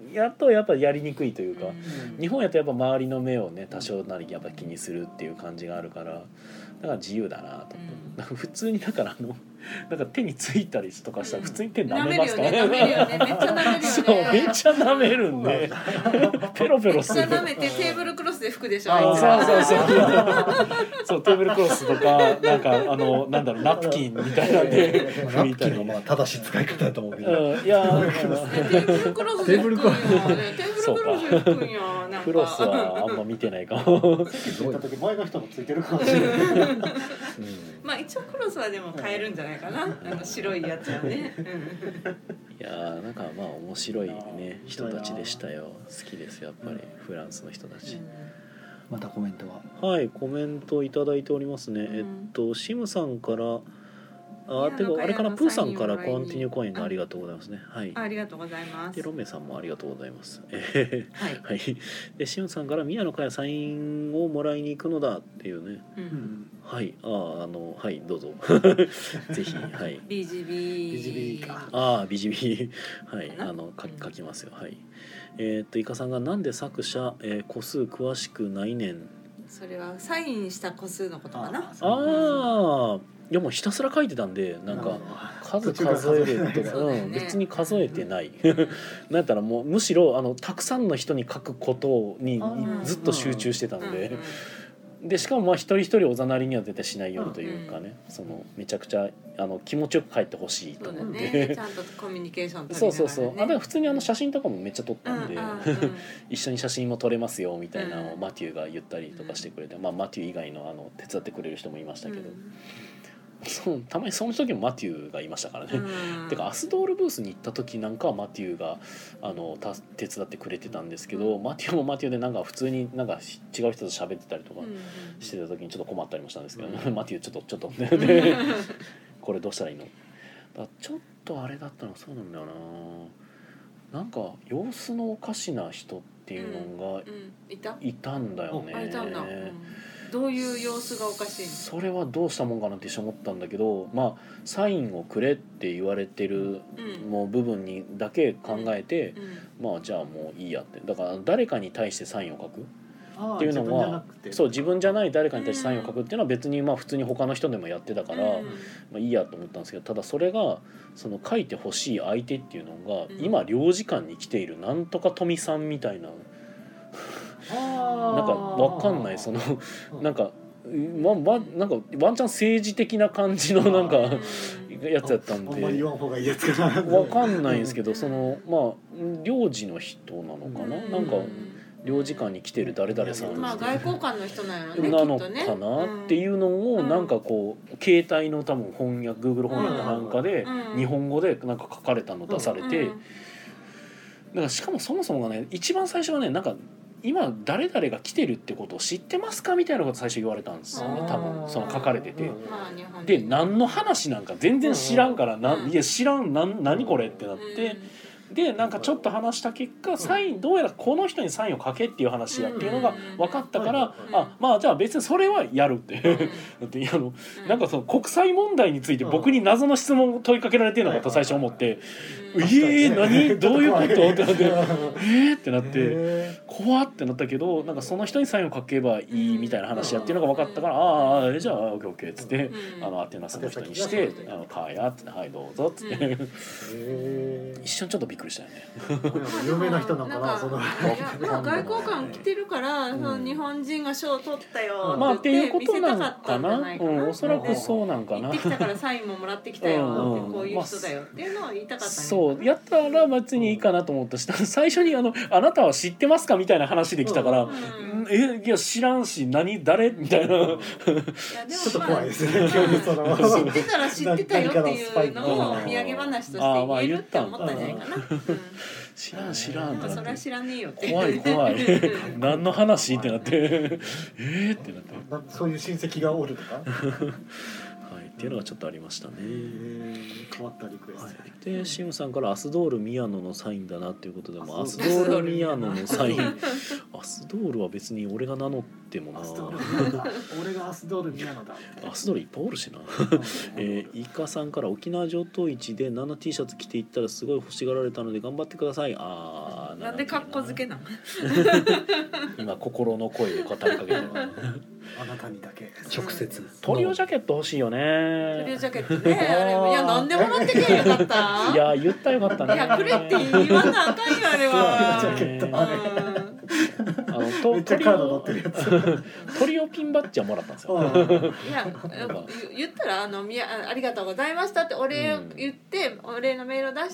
やっとやっぱりやりにくいというか、 うん日本やとやっぱ周りの目をね多少なりやっぱ気にするっていう感じがあるから、だから自由だなと思って、うん、普通にだからあのなんか手についたりとかしたら普通に手舐めますからね、 舐めるよね、舐めるよね、めっちゃ舐めるよね。 そうめっちゃ舐めるんでペロペロする。 めっちゃ舐めてテーブルクロスで拭くでしょ。 あそうそうそうそうテーブルクロスとかなんかあのなんだろうナプキンみたいなんでナプキンのまあ正しい使い方だと思うけど、 うん、いやテーブルクロスで拭くんよ。テーブルクロスで拭くんよ。なんかクロスはあんま見てないかも。 行った時前の人もついてるかもしれない。 うんまあ一応クロスはでも買えるんじゃないかな。あの白いやつはね。 いやーなんかまあ面白いね人たちでしたよ。好きですやっぱりフランスの人たち。 またコメントははいコメントいただいておりますね。 うんえっとシムさんからあてかあれかなプーさんからコンティニューコインのありがとうございますね。はい。 ありがとうございます。 でロメさんもありがとうございます。えーはい。 はい。でシムさんから宮野佳代サインをもらいに行くのだっていうね。 う。 うんん。 はい。あああのはいどうぞ。ぜひはい。 ビージービー。 ビージービーか。 ああ ビージービー はいあの書書きますよはい。えーっとイカさんがなんで作者、えー、個数詳しくないねん。 それはサインした個数のことかな。 ああいやもうひたすら書いてたんでなんか数数えるとか、 そうだよねうん、別に数えてないなんやったらもうむしろあのたくさんの人に書くことにずっと集中してたんで、でしかもまあ一人一人おざなりには絶対しないようにというかね、そのめちゃくちゃあの気持ちよく書いてほしいとそうだ思っね。 て、 ちゃんとコミュニケーション取りそうながらね。 そうそうあだから普通にあの写真とかもめっちゃ撮ったんで、 うんうんうん一緒に写真も撮れますよみたいなのをうんマティューが言ったりとかしてくれて、まあ、マティュー以外のあの手伝ってくれる人もいましたけど、そうたまにその時もマティューがいましたからね、 うんてかアスドールブースに行った時なんかはマティューがあのた手伝ってくれてたんですけど、マティューもマティューでなんか普通になんか違う人と喋ってたりとかうんしてた時にちょっと困ったりもしたんですけど、 うんマティューちょっとちょっとでこれどうしたらいいのだからちょっとあれだったのそうなんだよな、なんか様子のおかしな人っていうのがうんいた？ いたんだよね、 あいたんだ。うんどういう様子がおかしいの？ それはどうしたもんかなって一瞬思ったんだけど、まあサインをくれって言われてるうんもう部分にだけ考えて、 うんまあじゃあもういいやって、だから誰かに対してサインを書くあっていうのは自分じゃなくてそう自分じゃない誰かに対してサインを書くっていうのは別にまあ普通に他の人でもやってたから、 うんまあ、いいやと思ったんですけど、ただそれがその書いてほしい相手っていうのが、 うん今領事館に来ているなんとか富さんみたいな、なんかわかんないそのなんかままなんかワンチャン政治的な感じのなんかやつやったんあんまりで言わん方がいいやつかな。 わかんないんですけど、そのまあ領事の人なのかな、 うんなんか領事館に来てる誰々さんまあ外交官の人なのね。 なのきっとねかなっていうのをなんかこう携帯の多分翻訳 Google 翻訳かなんかでうん日本語でなんか書かれたの出されて、だからしかもそもそもがね一番最初はねなんか今誰々が来てるってことを知ってますかみたいなこと最初言われたんですよね、多分その書かれてて。 うんまあ日本で何の話なんか全然知らんから、なうんいや知らんなん何これってなって、でなんかちょっと話した結果サインどうやらこの人にサインを書けっていう話やっていうのが分かったから、 うんあまあじゃあ別にそれはやるってだってあのなんかその国際問題について僕に謎の質問を問いかけられてるのかと最初思って「えー、何どういうこと?」ってなって「えー?」ってなってへ怖ってなったけど、なんかその人にサインを書けばいいみたいな話やっていうのが分かったから「ああじゃあオッケーオッケー」っつってうんあのアテナさんの人にして「あのカーヤ」っつって「はいどうぞ」っつってえ一瞬ちょっとびっくりしたよね。 有名な人なんかなその。 いやまあ外交官来てるから、その日本人が賞を取ったよまあっていうってことな見せたかったのかな、 んじゃないかな、 うん、おそらくそうなんかな行ってきたからサインももらってきたよって、 うんこういう人だよっていうのを言いたかったんそうやったら別にいいかなと思ったし、最初にあの「あなたは知ってますか?」みたいな話できたから「 うんえいや知らんし何誰?」みたいないやでもちょっと怖いですまあね。急にその。 知ってたら知ってたよっていうのを土産話として言えるって思ったんじゃないかな、うん知らん知らんってまあそれはなって知らねえよって怖い怖い何の話ってなってえーってなって。 なそういう親戚がおるとか。 はい、 っていうのがちょっとありましたね。 変わったリクエスト、はい、 でシムさんからアスドール宮野のサインだなっていうことでもアスドール宮野のサインアスドールは別に俺が名乗ってもな俺がアスドール宮野だアスドールいっぱいおるしなえー、イカさんから沖縄上等市でナナ T シャツ着ていったらすごい欲しがられたので頑張ってください。あーなんでカッコ付けなの今心の声で語りかけてるあなたにだけ直接トリオジャケット欲しいよね。 トリオジャケットねあれいやなんでもらってけよかったいや言ったらよかったね。 いやくれって言わなあかんよあれはジャケットあれあのトめっちゃカード乗ってるやつトリオピンバッジはもらったんですよいや言ったらあのみやありがとうございましたってお礼を言って、うん、お礼のメールを出して、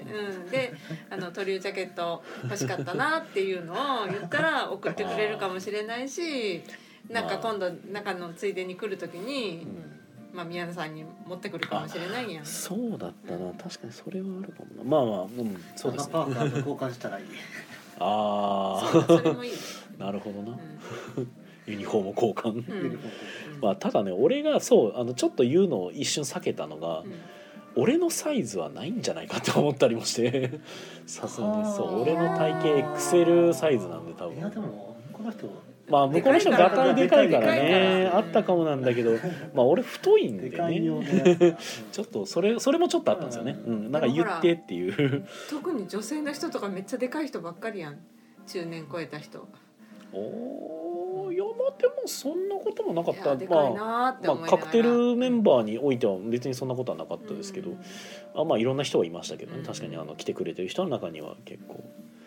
うん、であのトリオジャケット欲しかったなっていうのを言ったら送ってくれるかもしれないしなんか今度中のついでに来る時に、うんまあ、宮野さんに持ってくるかもしれないやん。 そうだったな、確かにそれはあるかもな。まあまあ、うん、そうですね。 パーカーと交換したらいいああ、 それもいいなるほどな、 うん、 ユニフォーム交換、 うんまあ、ただね俺がそうあのちょっと言うのを一瞬避けたのが、うん、俺のサイズはないんじゃないかって思ったりもしてさすがにそう俺の体型 エックスエル サイズなんで多分いやでもこの人まあ向こうの人ガタイでかいからねあったかもなんだけどまあ俺太いんでねちょっとそれそれもちょっとあったんですよね、うん、なんか言ってっていう特に女性の人とかめっちゃでかい人ばっかりやん中年超えた人おいやまあでもそんなこともなかったでかいなって思いながら、 まあ、カクテルメンバーにおいては別にそんなことはなかったですけど、うん、あまあいろんな人はいましたけどね確かにあの来てくれてる人の中には結構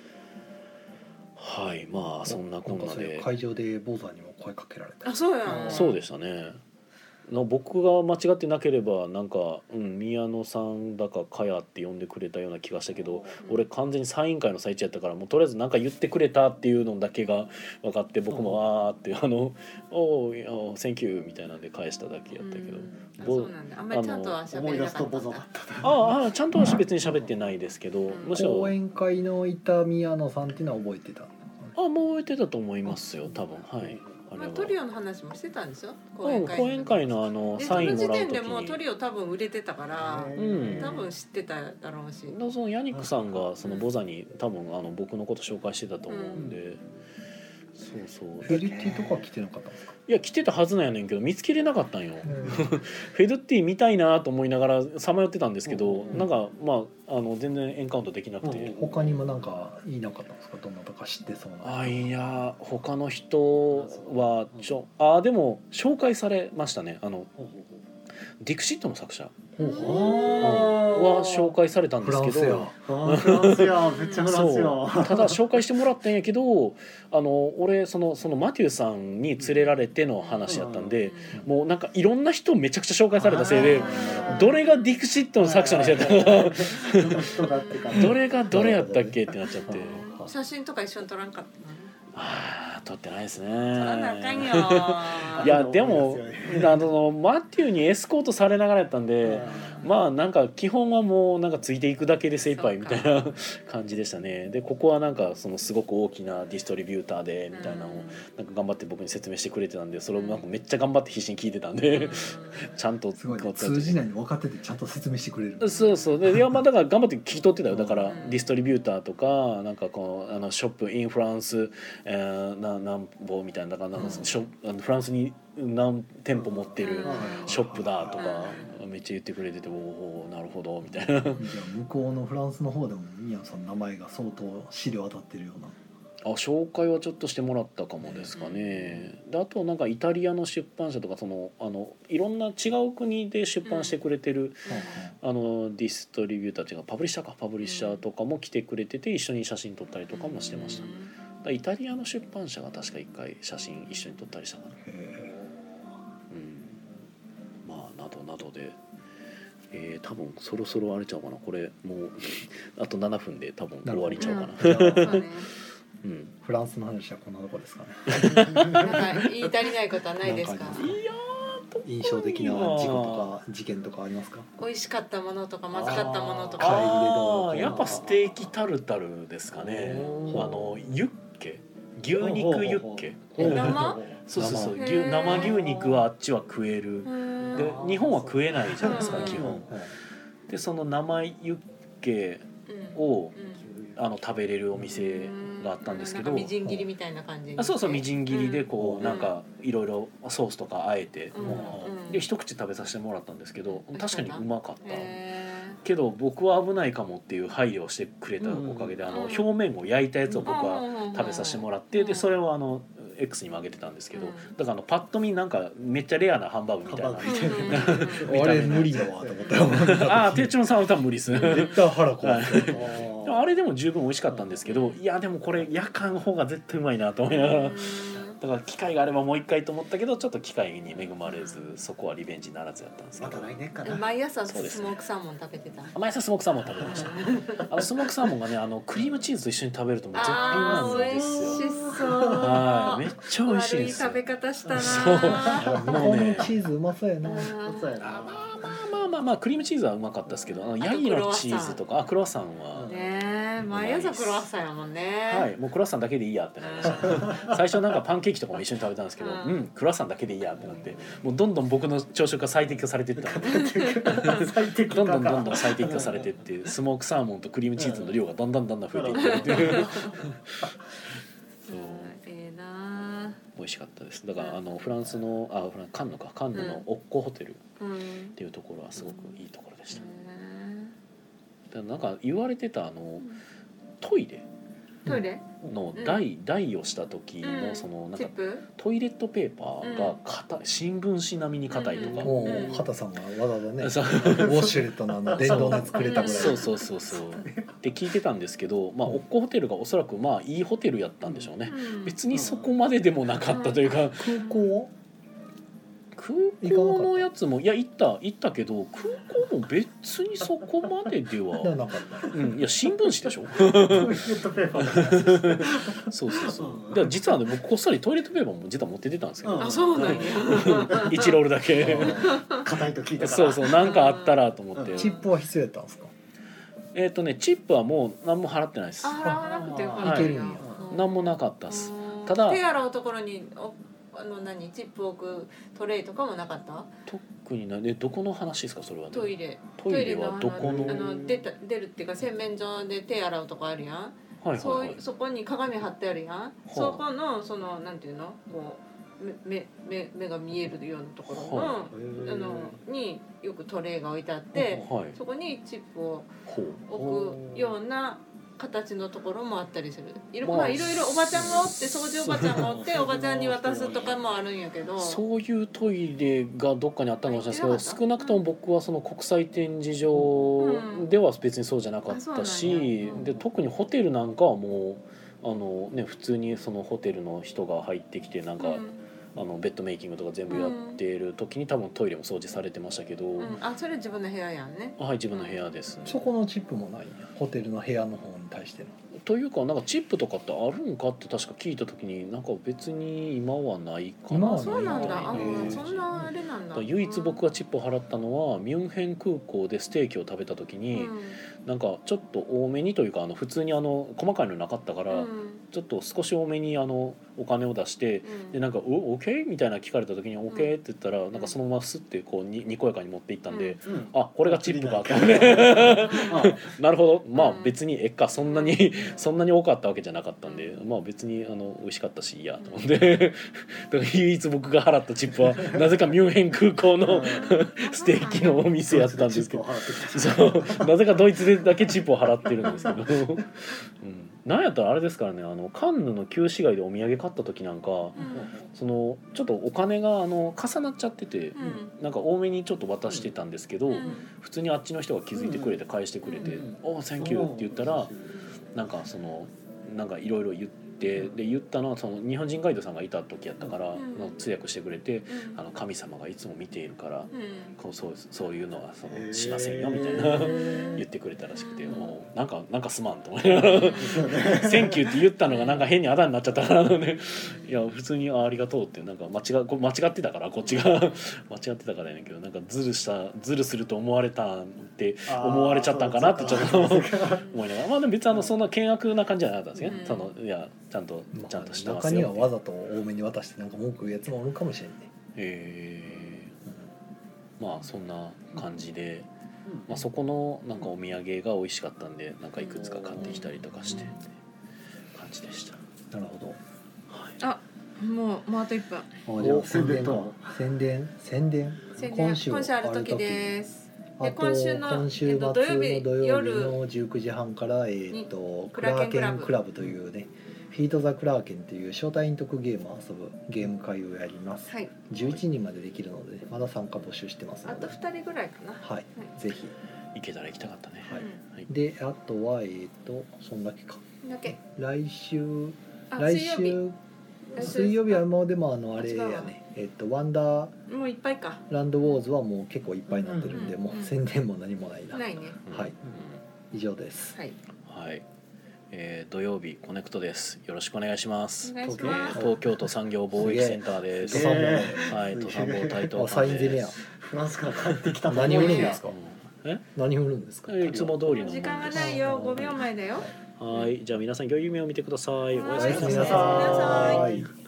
はいまあそんなこんなで会場で坊さんにも声かけられたあそうやそうでしたねの僕が間違ってなければなんか、うん、宮野さんだかかやって呼んでくれたような気がしたけど、うん、俺完全にサイン会の最中やったからもうとりあえずなんか言ってくれたっていうのだけが分かって僕もあーってあのおーセンキューみたいなんで返しただけやったけど、 うん、そうなんだあんまりちゃんとは喋れなかったんだああちゃんとは別に喋ってないですけど、うん、 むしろ講演会のいた宮野さんっていうのは覚えてたあもう覚えてたと思いますよ多分はいまあ、トリオの話もしてたんですよ講演会 の,、うん、講演会のあのサインもらう時にその時点でもうトリオ多分売れてたから、うん、多分知ってただろうしそのヤニックさんがそのボザに多分あの僕のこと紹介してたと思うんで、うん、そうそうフェルティとか来てなかったんですかいや来てたはずなんやねんけど見つけれなかったんよ、うん、フェルティ見たいなと思いながらさまよってたんですけど、うん、なんかまああの全然エンカウントできなくて、うん、 他にもなんかいなかったんですかどなたか知ってそうなあいや他の人はちょあでも紹介されましたねあのディクシットの作者は紹介されたんですけどフランスやめっちゃフランスやただ紹介してもらったんやけどあの俺そのそのマテューさんに連れられての話やったんでもうなんかいろんな人めちゃくちゃ紹介されたせいでどれがディクシットの作者の人やったかどれがどれやったっけってなっちゃって写真とか一緒に撮らんかったああ撮ってないですね。撮らなあかんよいやでもあのマテューにエスコートされながらやったんでまあなんか基本はもうなんかついていくだけで精一杯みたいな感じでしたね。でここはなんかそのすごく大きなディストリビューターでみたいなのをなんか頑張って僕に説明してくれてたんでそれをなんかめっちゃ頑張って必死に聞いてたんでちゃんとすごい、ね、通じないの分かっててちゃんと説明してくれる。 そうそうでいやまあだから頑張って聞き取ってたよ。だからディストリビューターとかなんかこのあのショップインフランス、えー、な何本みたいなだからなんかショあのフランスに何店舗持ってるショップだとかめっちゃ言ってくれてておおなるほどみたいな。じゃあ向こうのフランスの方でも宮野さんの名前が相当知れ渡ってるような。 あ紹介はちょっとしてもらったかもですかね。であとなんかイタリアの出版社とかそのあのいろんな違う国で出版してくれてる、うん、あのディストリビューターっていうかパブリッシャーかパブリッシャーとかも来てくれてて一緒に写真撮ったりとかもしてました。だイタリアの出版社が確か一回写真一緒に撮ったりしたかな。うん、まあなどなどで、えー、多分そろそろあれちゃうかなこれもうあとななふんで多分終わりちゃうかな。 うん、フランスの話はこんなとこですかね。 なんか言い足りないことはないですか。 いや印象的な事故とか事件とかありますか。 美味しかったものとかまずかったものとか。 ああやっぱステーキタルタルですかね。あのユッケ牛肉ユッケ生そうそうそう牛生牛肉はあっちは食えるで日本は食えないじゃないですか基本でその生ユッケをあの食べれるお店があったんですけどみじん切りみたいな感じあそうそうみじん切りでこうなんかいろいろソースとかあえてで一口食べさせてもらったんですけど確かにうまかったけど僕は危ないかもっていう配慮をしてくれたおかげであの表面を焼いたやつを僕は食べさせてもらってでそれをあのX にもあげてたんですけどだからあのパッと見なんかめっちゃレアなハンバーグみたいなあれ無理だわと思ったああてっちのさんは多分無理です絶対腹壊すあれでも十分美味しかったんですけどいやでもこれ夜間の方が絶対うまいなと思いながらだから機会があればもう一回と思ったけどちょっと機会に恵まれずそこはリベンジならずだったんですけどまた来年かな毎朝スモークサーモン食べてた毎朝スモークサーモン食べてましたあのスモークサーモンがねあのクリームチーズと一緒に食べるともう絶品なんですよ美味しそうはいめっちゃ美味しいです悪い食べ方したなそうもうねチーズうまそうやなそうやなまあまあまあまあクリームチーズはうまかったですけどあのヤギのチーズとかあクロワッサンはねえ毎朝クロワッサンやもんねはいもうクロワッサンだけでいいやってなりました最初なんかパンケーキとかも一緒に食べたんですけどうんクロワッサンだけでいいやってなってもうどんどん僕の朝食が最適化されていったので最適どんど化かんどんどん最適化されていってスモークサーモンとクリームチーズの量がだんだんだんだん増えていってっていうそうええな美味しかったですだからあのフランスのあフランカンヌかカンヌのオッコホテルっていうところはすごくいいところでした、だからなんか言われてたあのトイレトイレの台台をした時のそのなんかトイレットペーパーが硬い新聞紙並みに硬いとかもう畑さんがわざわざねウそうォシュレットのあの電動で作れたぐらいそうそうそうそうって聞いてたんですけどまあオッコホテルがおそらくまあいいホテルやったんでしょうね別にそこまででもなかったというか空港は空港のやつもいや行った行ったけど空港も別にそこまでではなかったうんいや新聞紙でしょそうそうそうだから実はね僕こっそりトイレットペーパーも実は持って出たんですよ、 あそうなんやいちロールだけ硬いと聞いたからそうそうなんかあったらと思ってチップは必要やったんですかえっとねチップはもう何も払ってないですあ払わなくてよかったいけるんや何もなかったですただ手洗うところにおあの何チップ置くトレイとかもなかった特になえどこの話ですかそれはねトイレトイレはどこのあの出た出るっていうか洗面所で手洗うとこあるやん、 はいはいそうはいそこに鏡貼ってあるやん、そこのそのなんていうのこう目目目が見えるようなところの、 はあのによくトレイが置いてあって、 はいそこにチップをほう置くような形のところもあったりするいろ,、 まあまあ、いろいろおばちゃんがおって掃除おばちゃんがおっておばちゃんに渡すとかもあるんやけどそういうトイレがどっかにあったのかもしれないですけど少なくとも僕はその国際展示場では別にそうじゃなかったし、 うん、 で特にホテルなんかはもうあの、ね、普通にそのホテルの人が入ってきてなんか、うんあのベッドメイキングとか全部やっている時に多分トイレも掃除されてましたけど、 うん、あそれ自分の部屋やんねはい自分の部屋です、ね、 そこのチップもないんやホテルの部屋の方に対してのというかなんかチップとかってあるんかって確か聞いた時になんか別に今はないかな。 今はないそうなんだ。あ、 えーそんなあれなんだ。 唯一僕がチップを払ったのはミュンヘン空港でステーキを食べた時に、 うんなんかちょっと多めにというかあの普通にあの細かいのなかったから、 うんちょっと少し多めにあのお金を出して、 うんでなんか「おオッケー?」みたいな聞かれた時に「オッケー?」って言ったら、なんかそのまますってこうににこやかに持っていったんで、 うんあこれがチップかってなるほど、まあうん別にえっかそんなにそんなに多かったわけじゃなかったんで、まあ別にあの美味しかったしいいやと思ってだから唯一僕が払ったチップはなぜかミュンヘン空港のステーキのお店やったんですけど、そうなぜかドイツでだけチップを払ってるんですけど、うん、なんやったらあれですからね、あのカンヌの旧市街でお土産買った時なんか、そのちょっとお金があの重なっちゃってて、なんか多めにちょっと渡してたんですけど、普通にあっちの人が気づいてくれて返してくれて「おーセンキュー」って言ったら、なんかそのなんかいろいろ言って。で言ったのはその日本人ガイドさんがいた時やったから、 うん通訳してくれて、 うんあの神様がいつも見ているから、 うんこうそうそういうのはそのへーしませんよみたいな言ってくれたらしくて、 うんもうなんかなんかすまんと思いながら「センキュー」って言ったのがなんか変にあだになっちゃったからねいや普通に あ, ありがとうってなんか間違こ間違ってたからこっちが間違ってたからやねんけど、なんかズルしたズルすると思われたんって思われちゃったんかなってちょっと思いながら、まあでも別にあのそんな険悪な感じじゃなかったんですね、 うんそのいやちゃんと、 まあ、 ちゃんとしてます中よにはわざと多めに渡してなんか文句言うやつもおるかもしれんね。 えー、まあそんな感じで、まあ、そこのなんかお土産が美味しかったんでなんかいくつか買ってきたりとかして感じでした。 なるほど。 あ、もうもうあといっぷん。 あ、じゃあ宣伝か。宣伝宣伝宣伝今週今週ある時です。 あと今週の今週末の土曜日のじゅうくじはんからえっとクラーケンクラブというね、フィートザクラーケンという招待員特ゲームを遊ぶゲーム会をやります。 はい。 じゅういちにんまでできるので、ね、まだ参加募集してますので。 あとふたりぐらいかな。 はい。ぜひ。 行けたら行きたかったね。 はい。 うんはい、 で、あとはえっとそんだけか。 だけ。 来週あ来水曜日週水曜日はもうでもあのあれやね、えっとワンダーもういっぱいか。 ランドウォーズはもう結構いっぱいになってるんで、 うんもう宣伝も何もないな。 ないね。 はい。以上です。 はい。 はい、えー、土曜日コネクトです。よろしくお願いします。 お願いしえます。 ー東京都産業貿易センターです。 すげえはい、都産貿台東あ、サイン攻めや。 フランスから帰ってきた何売るんですか。 うんえ何売るんですか。 いつも通りのものです。 時間がないよ。ごびょうまえだよ。 はい、じゃあ皆さん良い夢を見てください。おやすみなさい。 おやすみなさい。